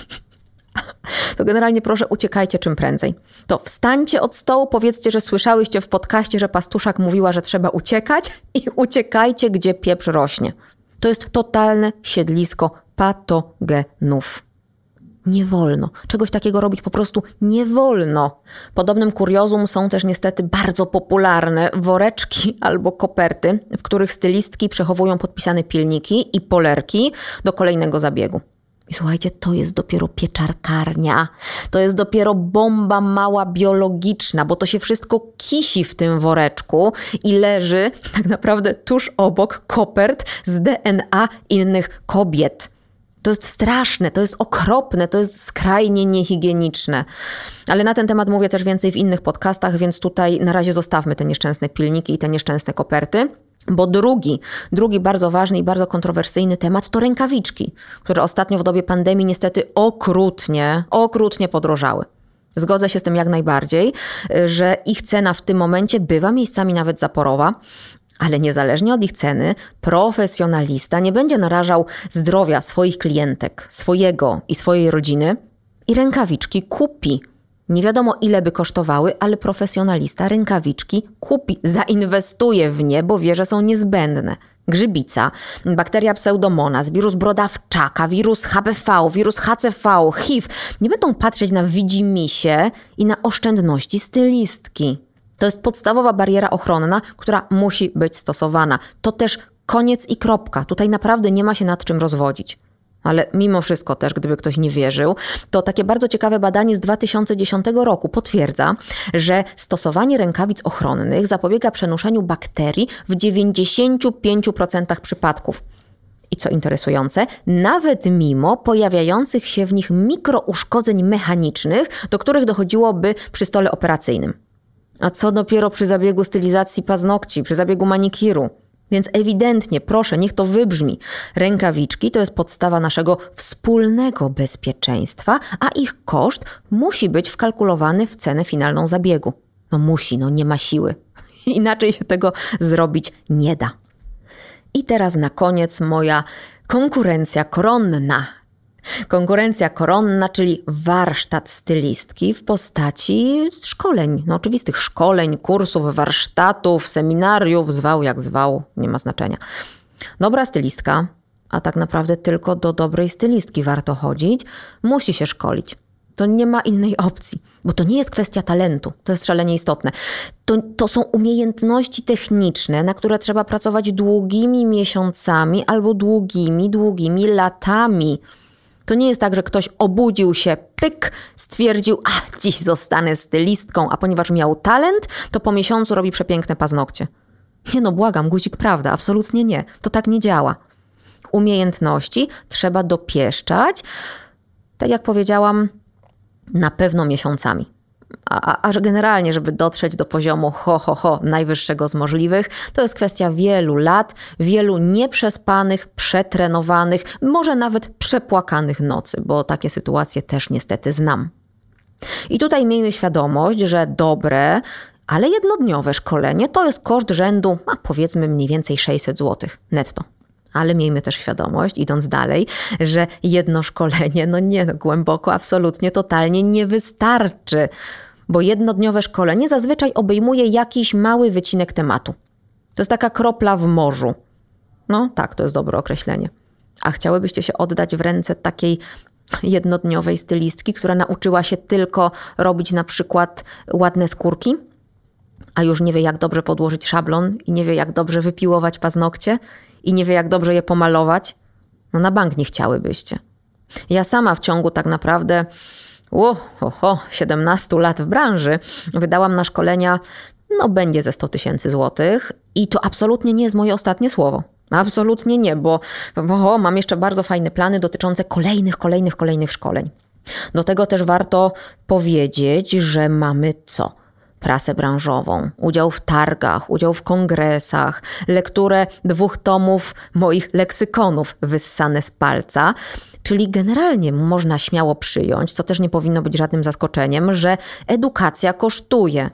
to generalnie proszę uciekajcie czym prędzej. To wstańcie od stołu, powiedzcie, że słyszałyście w podcaście, że Pastuszak mówiła, że trzeba uciekać i uciekajcie, gdzie pieprz rośnie. To jest totalne siedlisko patogenów. Nie wolno. Czegoś takiego robić po prostu nie wolno. Podobnym kuriozum są też niestety bardzo popularne woreczki albo koperty, w których stylistki przechowują podpisane pilniki i polerki do kolejnego zabiegu. I słuchajcie, to jest dopiero pieczarkarnia. To jest dopiero bomba mała biologiczna, bo to się wszystko kisi w tym woreczku i leży tak naprawdę tuż obok kopert z D N A innych kobiet. To jest straszne, to jest okropne, to jest skrajnie niehigieniczne. Ale na ten temat mówię też więcej w innych podcastach, więc tutaj na razie zostawmy te nieszczęsne pilniki i te nieszczęsne koperty. Bo drugi, drugi bardzo ważny i bardzo kontrowersyjny temat to rękawiczki, które ostatnio w dobie pandemii niestety okrutnie, okrutnie podrożały. Zgodzę się z tym jak najbardziej, że ich cena w tym momencie bywa miejscami nawet zaporowa, ale niezależnie od ich ceny, profesjonalista nie będzie narażał zdrowia swoich klientek, swojego i swojej rodziny i rękawiczki kupi. Nie wiadomo ile by kosztowały, ale profesjonalista rękawiczki kupi, zainwestuje w nie, bo wie, że są niezbędne. Grzybica, bakteria pseudomonas, wirus brodawczaka, wirus H P V, wirus H C V, H I V nie będą patrzeć na widzimisię i na oszczędności stylistki. To jest podstawowa bariera ochronna, która musi być stosowana. To też koniec i kropka. Tutaj naprawdę nie ma się nad czym rozwodzić. Ale mimo wszystko też, gdyby ktoś nie wierzył, to takie bardzo ciekawe badanie z dwa tysiące dziesiątego roku potwierdza, że stosowanie rękawic ochronnych zapobiega przenoszeniu bakterii w dziewięćdziesięciu pięciu procentach przypadków. I co interesujące, nawet mimo pojawiających się w nich mikrouszkodzeń mechanicznych, do których dochodziłoby przy stole operacyjnym. A co dopiero przy zabiegu stylizacji paznokci, przy zabiegu manikiru. Więc ewidentnie, proszę, niech to wybrzmi. Rękawiczki to jest podstawa naszego wspólnego bezpieczeństwa, a ich koszt musi być wkalkulowany w cenę finalną zabiegu. No musi, no nie ma siły. Inaczej się tego zrobić nie da. I teraz na koniec moja konkurencja koronna. Konkurencja koronna, czyli warsztat stylistki w postaci szkoleń, no oczywistych szkoleń, kursów, warsztatów, seminariów, zwał jak zwał, nie ma znaczenia. Dobra stylistka, a tak naprawdę tylko do dobrej stylistki warto chodzić, musi się szkolić. To nie ma innej opcji, bo to nie jest kwestia talentu, to jest szalenie istotne. To, to są umiejętności techniczne, na które trzeba pracować długimi miesiącami albo długimi, długimi latami. To nie jest tak, że ktoś obudził się, pyk, stwierdził, a dziś zostanę stylistką, a ponieważ miał talent, to po miesiącu robi przepiękne paznokcie. Nie no, błagam, guzik, prawda, absolutnie nie. To tak nie działa. Umiejętności trzeba dopieszczać, tak jak powiedziałam, na pewno miesiącami. A, a generalnie, żeby dotrzeć do poziomu ho, ho, ho, najwyższego z możliwych, to jest kwestia wielu lat, wielu nieprzespanych, przetrenowanych, może nawet przepłakanych nocy, bo takie sytuacje też niestety znam. I tutaj miejmy świadomość, że dobre, ale jednodniowe szkolenie to jest koszt rzędu, a powiedzmy mniej więcej sześćset złotych netto. Ale miejmy też świadomość, idąc dalej, że jedno szkolenie, no nie, no głęboko, absolutnie, totalnie nie wystarczy, bo jednodniowe szkolenie zazwyczaj obejmuje jakiś mały wycinek tematu. To jest taka kropla w morzu. No tak, to jest dobre określenie. A chciałybyście się oddać w ręce takiej jednodniowej stylistki, która nauczyła się tylko robić na przykład ładne skórki, a już nie wie jak dobrze podłożyć szablon i nie wie jak dobrze wypiłować paznokcie, i nie wie jak dobrze je pomalować? No na bank nie chciałybyście. Ja sama w ciągu tak naprawdę o, o, o, siedemnastu lat w branży wydałam na szkolenia, no będzie ze sto tysięcy złotych i to absolutnie nie jest moje ostatnie słowo. Absolutnie nie, bo o, mam jeszcze bardzo fajne plany dotyczące kolejnych, kolejnych, kolejnych szkoleń. Do tego też warto powiedzieć, że mamy co? Prasę branżową, udział w targach, udział w kongresach, lekturę dwóch tomów moich leksykonów wyssane z palca. Czyli generalnie można śmiało przyjąć, co też nie powinno być żadnym zaskoczeniem, że edukacja kosztuje.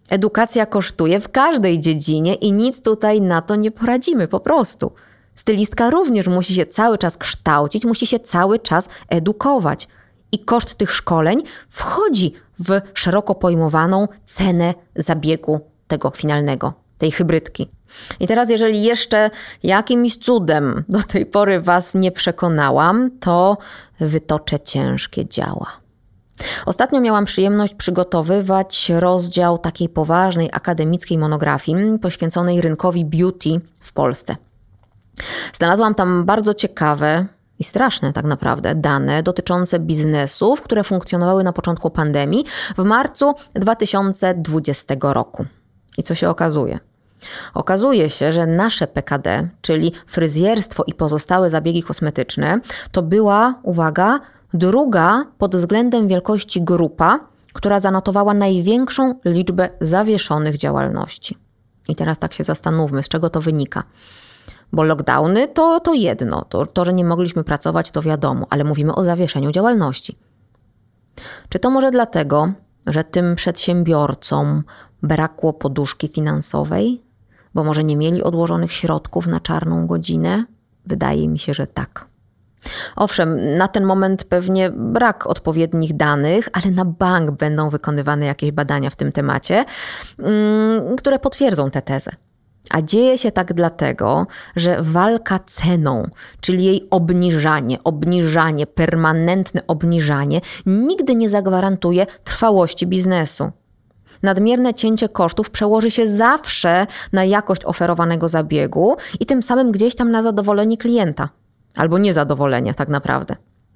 Edukacja kosztuje w każdej dziedzinie i nic tutaj na to nie poradzimy po prostu. Stylistka również musi się cały czas kształcić, musi się cały czas edukować. I koszt tych szkoleń wchodzi w szeroko pojmowaną cenę zabiegu tego finalnego, tej hybrydki. I teraz, jeżeli jeszcze jakimś cudem do tej pory was nie przekonałam, to wytoczę ciężkie działa. Ostatnio miałam przyjemność przygotowywać rozdział takiej poważnej akademickiej monografii poświęconej rynkowi beauty w Polsce. Znalazłam tam bardzo ciekawe i straszne tak naprawdę dane dotyczące biznesów, które funkcjonowały na początku pandemii w marcu dwa tysiące dwudziestego roku. I co się okazuje? Okazuje się, że nasze P K D, czyli fryzjerstwo i pozostałe zabiegi kosmetyczne, to była, uwaga, druga pod względem wielkości grupa, która zanotowała największą liczbę zawieszonych działalności. I teraz tak się zastanówmy, z czego to wynika. Bo lockdowny to, to jedno, to, to, że nie mogliśmy pracować, to wiadomo, ale mówimy o zawieszeniu działalności. Czy to może dlatego, że tym przedsiębiorcom brakło poduszki finansowej? Bo może nie mieli odłożonych środków na czarną godzinę? Wydaje mi się, że tak. Owszem, na ten moment pewnie brak odpowiednich danych, ale na bank będą wykonywane jakieś badania w tym temacie, które potwierdzą tę tezę. A dzieje się tak dlatego, że walka ceną, czyli jej obniżanie, obniżanie, permanentne obniżanie nigdy nie zagwarantuje trwałości biznesu. Nadmierne cięcie kosztów przełoży się zawsze na jakość oferowanego zabiegu i tym samym gdzieś tam na zadowolenie klienta. Albo niezadowolenie tak naprawdę.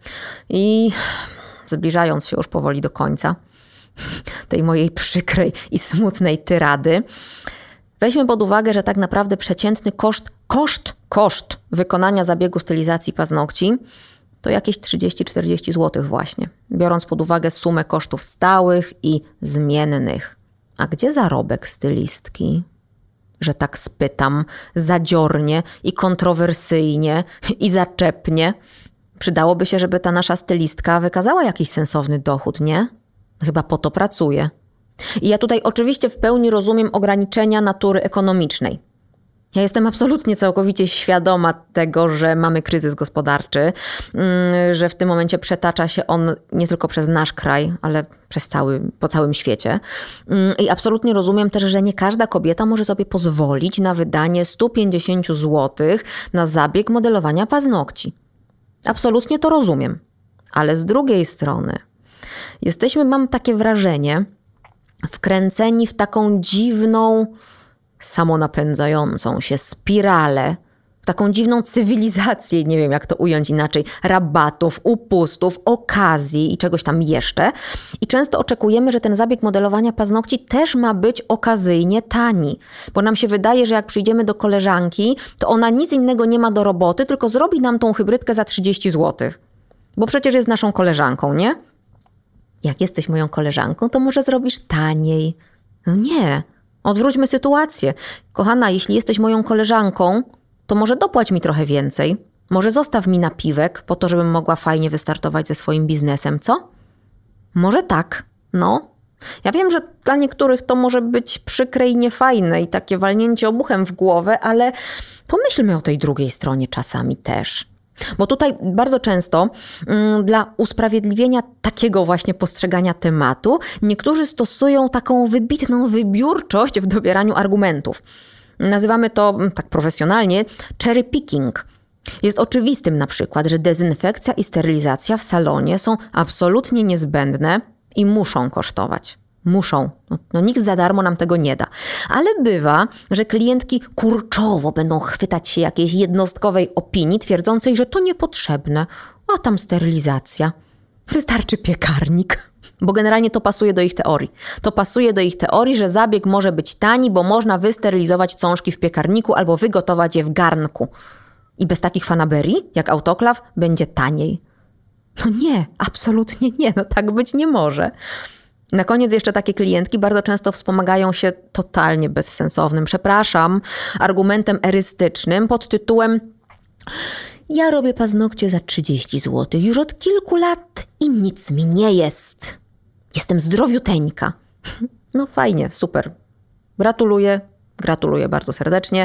I zbliżając się już powoli do końca tej mojej przykrej i smutnej tyrady, weźmy pod uwagę, że tak naprawdę przeciętny koszt, koszt, koszt wykonania zabiegu stylizacji paznokci to jakieś trzydzieści czterdzieści złotych właśnie, biorąc pod uwagę sumę kosztów stałych i zmiennych. A gdzie zarobek stylistki? Że tak spytam, zadziornie i kontrowersyjnie i zaczepnie. Przydałoby się, żeby ta nasza stylistka wykazała jakiś sensowny dochód, nie? Chyba po to pracuje. I ja tutaj oczywiście w pełni rozumiem ograniczenia natury ekonomicznej. Ja jestem absolutnie całkowicie świadoma tego, że mamy kryzys gospodarczy, że w tym momencie przetacza się on nie tylko przez nasz kraj, ale przez cały, po całym świecie. I absolutnie rozumiem też, że nie każda kobieta może sobie pozwolić na wydanie sto pięćdziesiąt złotych na zabieg modelowania paznokci. Absolutnie to rozumiem. Ale z drugiej strony jesteśmy, mam takie wrażenie, wkręceni w taką dziwną, samonapędzającą się spiralę, w taką dziwną cywilizację, nie wiem jak to ująć inaczej, rabatów, upustów, okazji i czegoś tam jeszcze. I często oczekujemy, że ten zabieg modelowania paznokci też ma być okazyjnie tani. Bo nam się wydaje, że jak przyjdziemy do koleżanki, to ona nic innego nie ma do roboty, tylko zrobi nam tą hybrydkę za trzydzieści złotych. Bo przecież jest naszą koleżanką, nie? Jak jesteś moją koleżanką, to może zrobisz taniej. No nie. Odwróćmy sytuację. Kochana, jeśli jesteś moją koleżanką, to może dopłać mi trochę więcej. Może zostaw mi napiwek po to, żebym mogła fajnie wystartować ze swoim biznesem, co? Może tak, no. Ja wiem, że dla niektórych to może być przykre i niefajne i takie walnięcie obuchem w głowę, ale pomyślmy o tej drugiej stronie czasami też. Bo tutaj bardzo często mm, dla usprawiedliwienia takiego właśnie postrzegania tematu niektórzy stosują taką wybitną wybiórczość w dobieraniu argumentów. Nazywamy to tak profesjonalnie cherry picking. Jest oczywistym na przykład, że dezynfekcja i sterylizacja w salonie są absolutnie niezbędne i muszą kosztować. Muszą. No, no nikt za darmo nam tego nie da. Ale bywa, że klientki kurczowo będą chwytać się jakiejś jednostkowej opinii twierdzącej, że to niepotrzebne. A tam sterylizacja. Wystarczy piekarnik. Bo generalnie to pasuje do ich teorii. To pasuje do ich teorii, że zabieg może być tani, bo można wysterylizować cążki w piekarniku albo wygotować je w garnku. I bez takich fanaberii, jak autoklaw, będzie taniej. No nie, absolutnie nie. No tak być nie może. Na koniec jeszcze takie klientki bardzo często wspomagają się totalnie bezsensownym, przepraszam, argumentem erystycznym pod tytułem: ja robię paznokcie za trzydzieści złotych już od kilku lat i nic mi nie jest. Jestem zdrowiuteńka. No fajnie, super. Gratuluję, gratuluję bardzo serdecznie.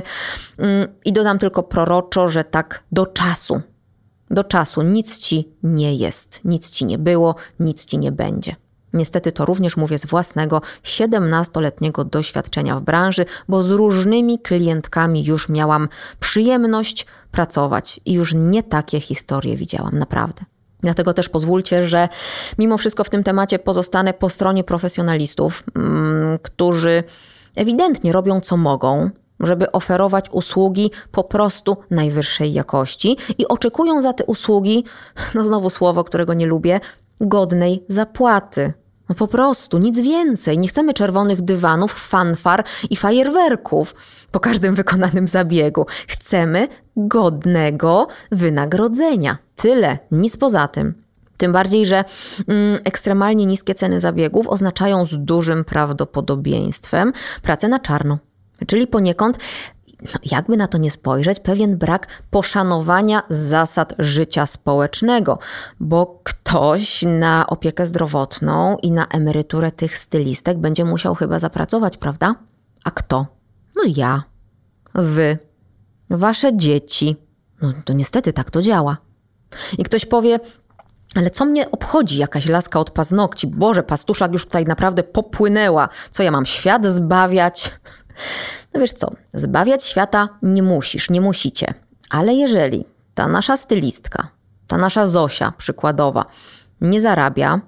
I dodam tylko proroczo, że tak do czasu. Do czasu nic ci nie jest, nic ci nie było, nic ci nie będzie. Niestety to również mówię z własnego siedemnastoletniego doświadczenia w branży, bo z różnymi klientkami już miałam przyjemność pracować i już nie takie historie widziałam, naprawdę. Dlatego też pozwólcie, że mimo wszystko w tym temacie pozostanę po stronie profesjonalistów, mm, którzy ewidentnie robią co mogą, żeby oferować usługi po prostu najwyższej jakości i oczekują za te usługi, no znowu słowo, którego nie lubię, godnej zapłaty. No po prostu, nic więcej. Nie chcemy czerwonych dywanów, fanfar i fajerwerków po każdym wykonanym zabiegu. Chcemy godnego wynagrodzenia. Tyle, nic poza tym. Tym bardziej, że mm, ekstremalnie niskie ceny zabiegów oznaczają z dużym prawdopodobieństwem pracę na czarno. Czyli poniekąd, no jakby na to nie spojrzeć, pewien brak poszanowania zasad życia społecznego, bo ktoś na opiekę zdrowotną i na emeryturę tych stylistek będzie musiał chyba zapracować, prawda? A kto? No ja, wy, wasze dzieci. No to niestety tak to działa. I ktoś powie, ale co mnie obchodzi jakaś laska od paznokci? Boże, pastuszak już tutaj naprawdę popłynęła. Co ja mam świat zbawiać? No wiesz co, zbawiać świata nie musisz, nie musicie. Ale jeżeli ta nasza stylistka, ta nasza Zosia przykładowa nie zarabia,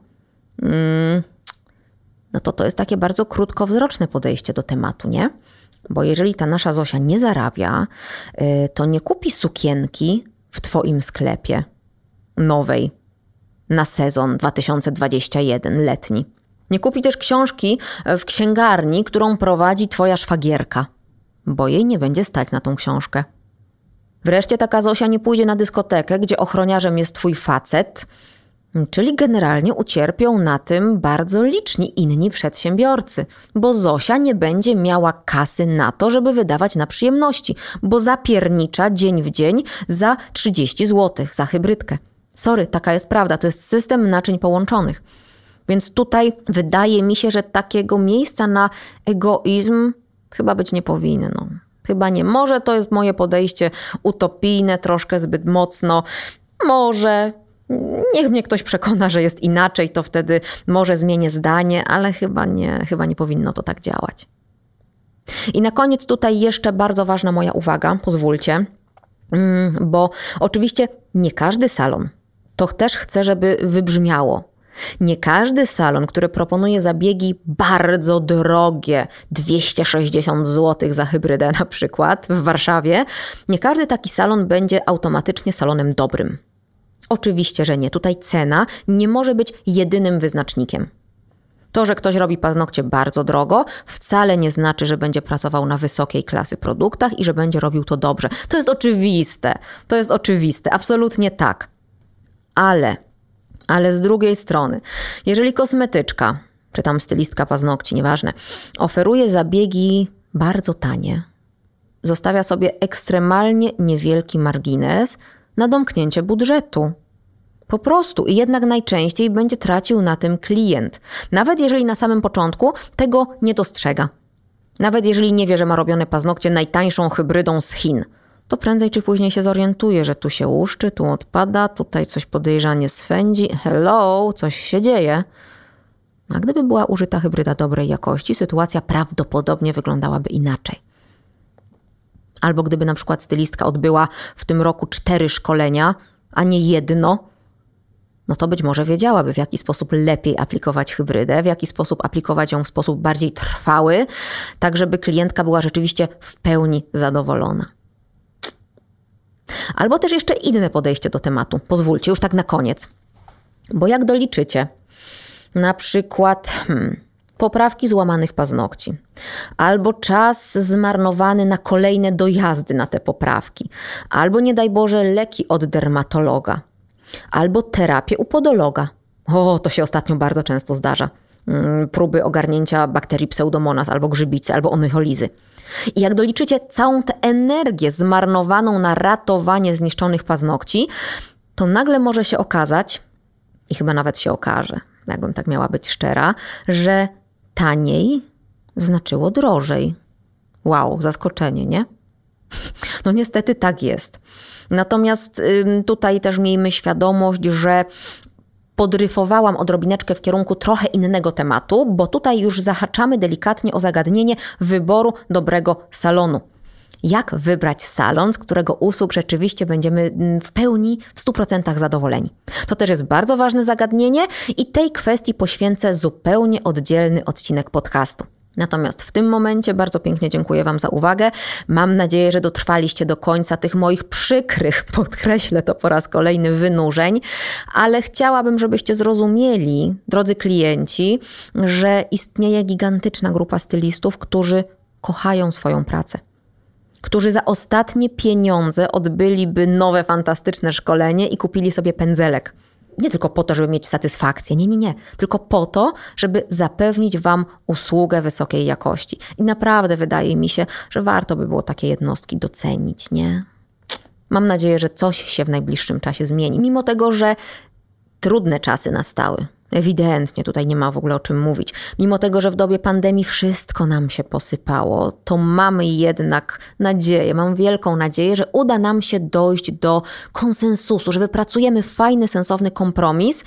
mm, no to to jest takie bardzo krótkowzroczne podejście do tematu, nie? Bo jeżeli ta nasza Zosia nie zarabia, yy, to nie kupi sukienki w twoim sklepie nowej na sezon dwa tysiące dwudziesty pierwszy, letni. Nie kupi też książki w księgarni, którą prowadzi twoja szwagierka, bo jej nie będzie stać na tą książkę. Wreszcie taka Zosia nie pójdzie na dyskotekę, gdzie ochroniarzem jest twój facet, czyli generalnie ucierpią na tym bardzo liczni inni przedsiębiorcy, bo Zosia nie będzie miała kasy na to, żeby wydawać na przyjemności, bo zapiernicza dzień w dzień za trzydzieści złotych za hybrydkę. Sorry, taka jest prawda, to jest system naczyń połączonych. Więc tutaj wydaje mi się, że takiego miejsca na egoizm chyba być nie powinno. Chyba nie. Może to jest moje podejście utopijne, troszkę zbyt mocno. Może niech mnie ktoś przekona, że jest inaczej, to wtedy może zmienię zdanie, ale chyba nie, chyba nie powinno to tak działać. I na koniec tutaj jeszcze bardzo ważna moja uwaga, pozwólcie, bo oczywiście nie każdy salon to też chce, żeby wybrzmiało. Nie każdy salon, który proponuje zabiegi bardzo drogie, dwieście sześćdziesiąt złotych za hybrydę na przykład w Warszawie, nie każdy taki salon będzie automatycznie salonem dobrym. Oczywiście, że nie. Tutaj cena nie może być jedynym wyznacznikiem. To, że ktoś robi paznokcie bardzo drogo, wcale nie znaczy, że będzie pracował na wysokiej klasy produktach i że będzie robił to dobrze. To jest oczywiste. To jest oczywiste. Absolutnie tak. Ale... Ale z drugiej strony, jeżeli kosmetyczka, czy tam stylistka paznokci, nieważne, oferuje zabiegi bardzo tanie, zostawia sobie ekstremalnie niewielki margines na domknięcie budżetu. Po prostu. I jednak najczęściej będzie tracił na tym klient. Nawet jeżeli na samym początku tego nie dostrzega. Nawet jeżeli nie wie, że ma robione paznokcie najtańszą hybrydą z Chin. To prędzej czy później się zorientuje, że tu się łuszczy, tu odpada, tutaj coś podejrzanie swędzi. Hello, coś się dzieje. A gdyby była użyta hybryda dobrej jakości, sytuacja prawdopodobnie wyglądałaby inaczej. Albo gdyby na przykład stylistka odbyła w tym roku cztery szkolenia, a nie jedno, no to być może wiedziałaby, w jaki sposób lepiej aplikować hybrydę, w jaki sposób aplikować ją w sposób bardziej trwały, tak żeby klientka była rzeczywiście w pełni zadowolona. Albo też jeszcze inne podejście do tematu. Pozwólcie, już tak na koniec. Bo jak doliczycie na przykład hmm, poprawki złamanych paznokci, albo czas zmarnowany na kolejne dojazdy na te poprawki, albo nie daj Boże leki od dermatologa, albo terapię u podologa. O, to się ostatnio bardzo często zdarza. Próby ogarnięcia bakterii pseudomonas, albo grzybicy, albo onycholizy. I jak doliczycie całą tę energię zmarnowaną na ratowanie zniszczonych paznokci, to nagle może się okazać, i chyba nawet się okaże, jakbym tak miała być szczera, że taniej znaczyło drożej. Wow, zaskoczenie, nie? No niestety tak jest. Natomiast tutaj też miejmy świadomość, że podryfowałam odrobineczkę w kierunku trochę innego tematu, bo tutaj już zahaczamy delikatnie o zagadnienie wyboru dobrego salonu. Jak wybrać salon, z którego usług rzeczywiście będziemy w pełni, w stu procentach zadowoleni? To też jest bardzo ważne zagadnienie i tej kwestii poświęcę zupełnie oddzielny odcinek podcastu. Natomiast w tym momencie bardzo pięknie dziękuję Wam za uwagę. Mam nadzieję, że dotrwaliście do końca tych moich przykrych, podkreślę to po raz kolejny, wynurzeń, ale chciałabym, żebyście zrozumieli, drodzy klienci, że istnieje gigantyczna grupa stylistów, którzy kochają swoją pracę, którzy za ostatnie pieniądze odbyliby nowe, fantastyczne szkolenie i kupili sobie pędzelek. Nie tylko po to, żeby mieć satysfakcję, nie, nie, nie. Tylko po to, żeby zapewnić Wam usługę wysokiej jakości. I naprawdę wydaje mi się, że warto by było takie jednostki docenić, nie? Mam nadzieję, że coś się w najbliższym czasie zmieni. Mimo tego, że trudne czasy nastały. Ewidentnie, tutaj nie ma w ogóle o czym mówić. Mimo tego, że w dobie pandemii wszystko nam się posypało, to mamy jednak nadzieję, mam wielką nadzieję, że uda nam się dojść do konsensusu, że wypracujemy fajny, sensowny kompromis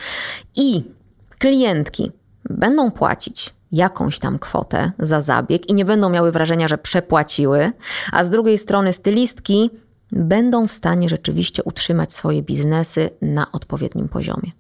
i klientki będą płacić jakąś tam kwotę za zabieg i nie będą miały wrażenia, że przepłaciły, a z drugiej strony stylistki będą w stanie rzeczywiście utrzymać swoje biznesy na odpowiednim poziomie.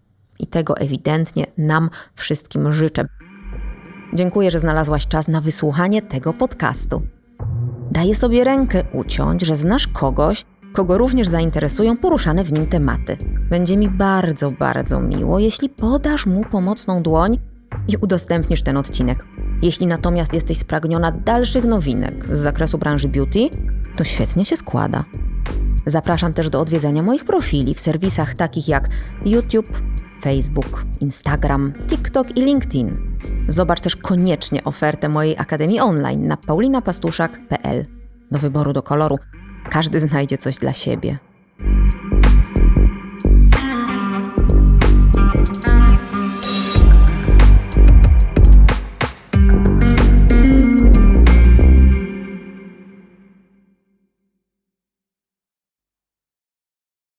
I tego ewidentnie nam wszystkim życzę. Dziękuję, że znalazłaś czas na wysłuchanie tego podcastu. Daję sobie rękę uciąć, że znasz kogoś, kogo również zainteresują poruszane w nim tematy. Będzie mi bardzo, bardzo miło, jeśli podasz mu pomocną dłoń i udostępnisz ten odcinek. Jeśli natomiast jesteś spragniona dalszych nowinek z zakresu branży beauty, to świetnie się składa. Zapraszam też do odwiedzenia moich profili w serwisach takich jak YouTube, Facebook, Instagram, TikTok i LinkedIn. Zobacz też koniecznie ofertę mojej Akademii Online na paulina pastuszak kropka p l. Do wyboru, do koloru. Każdy znajdzie coś dla siebie.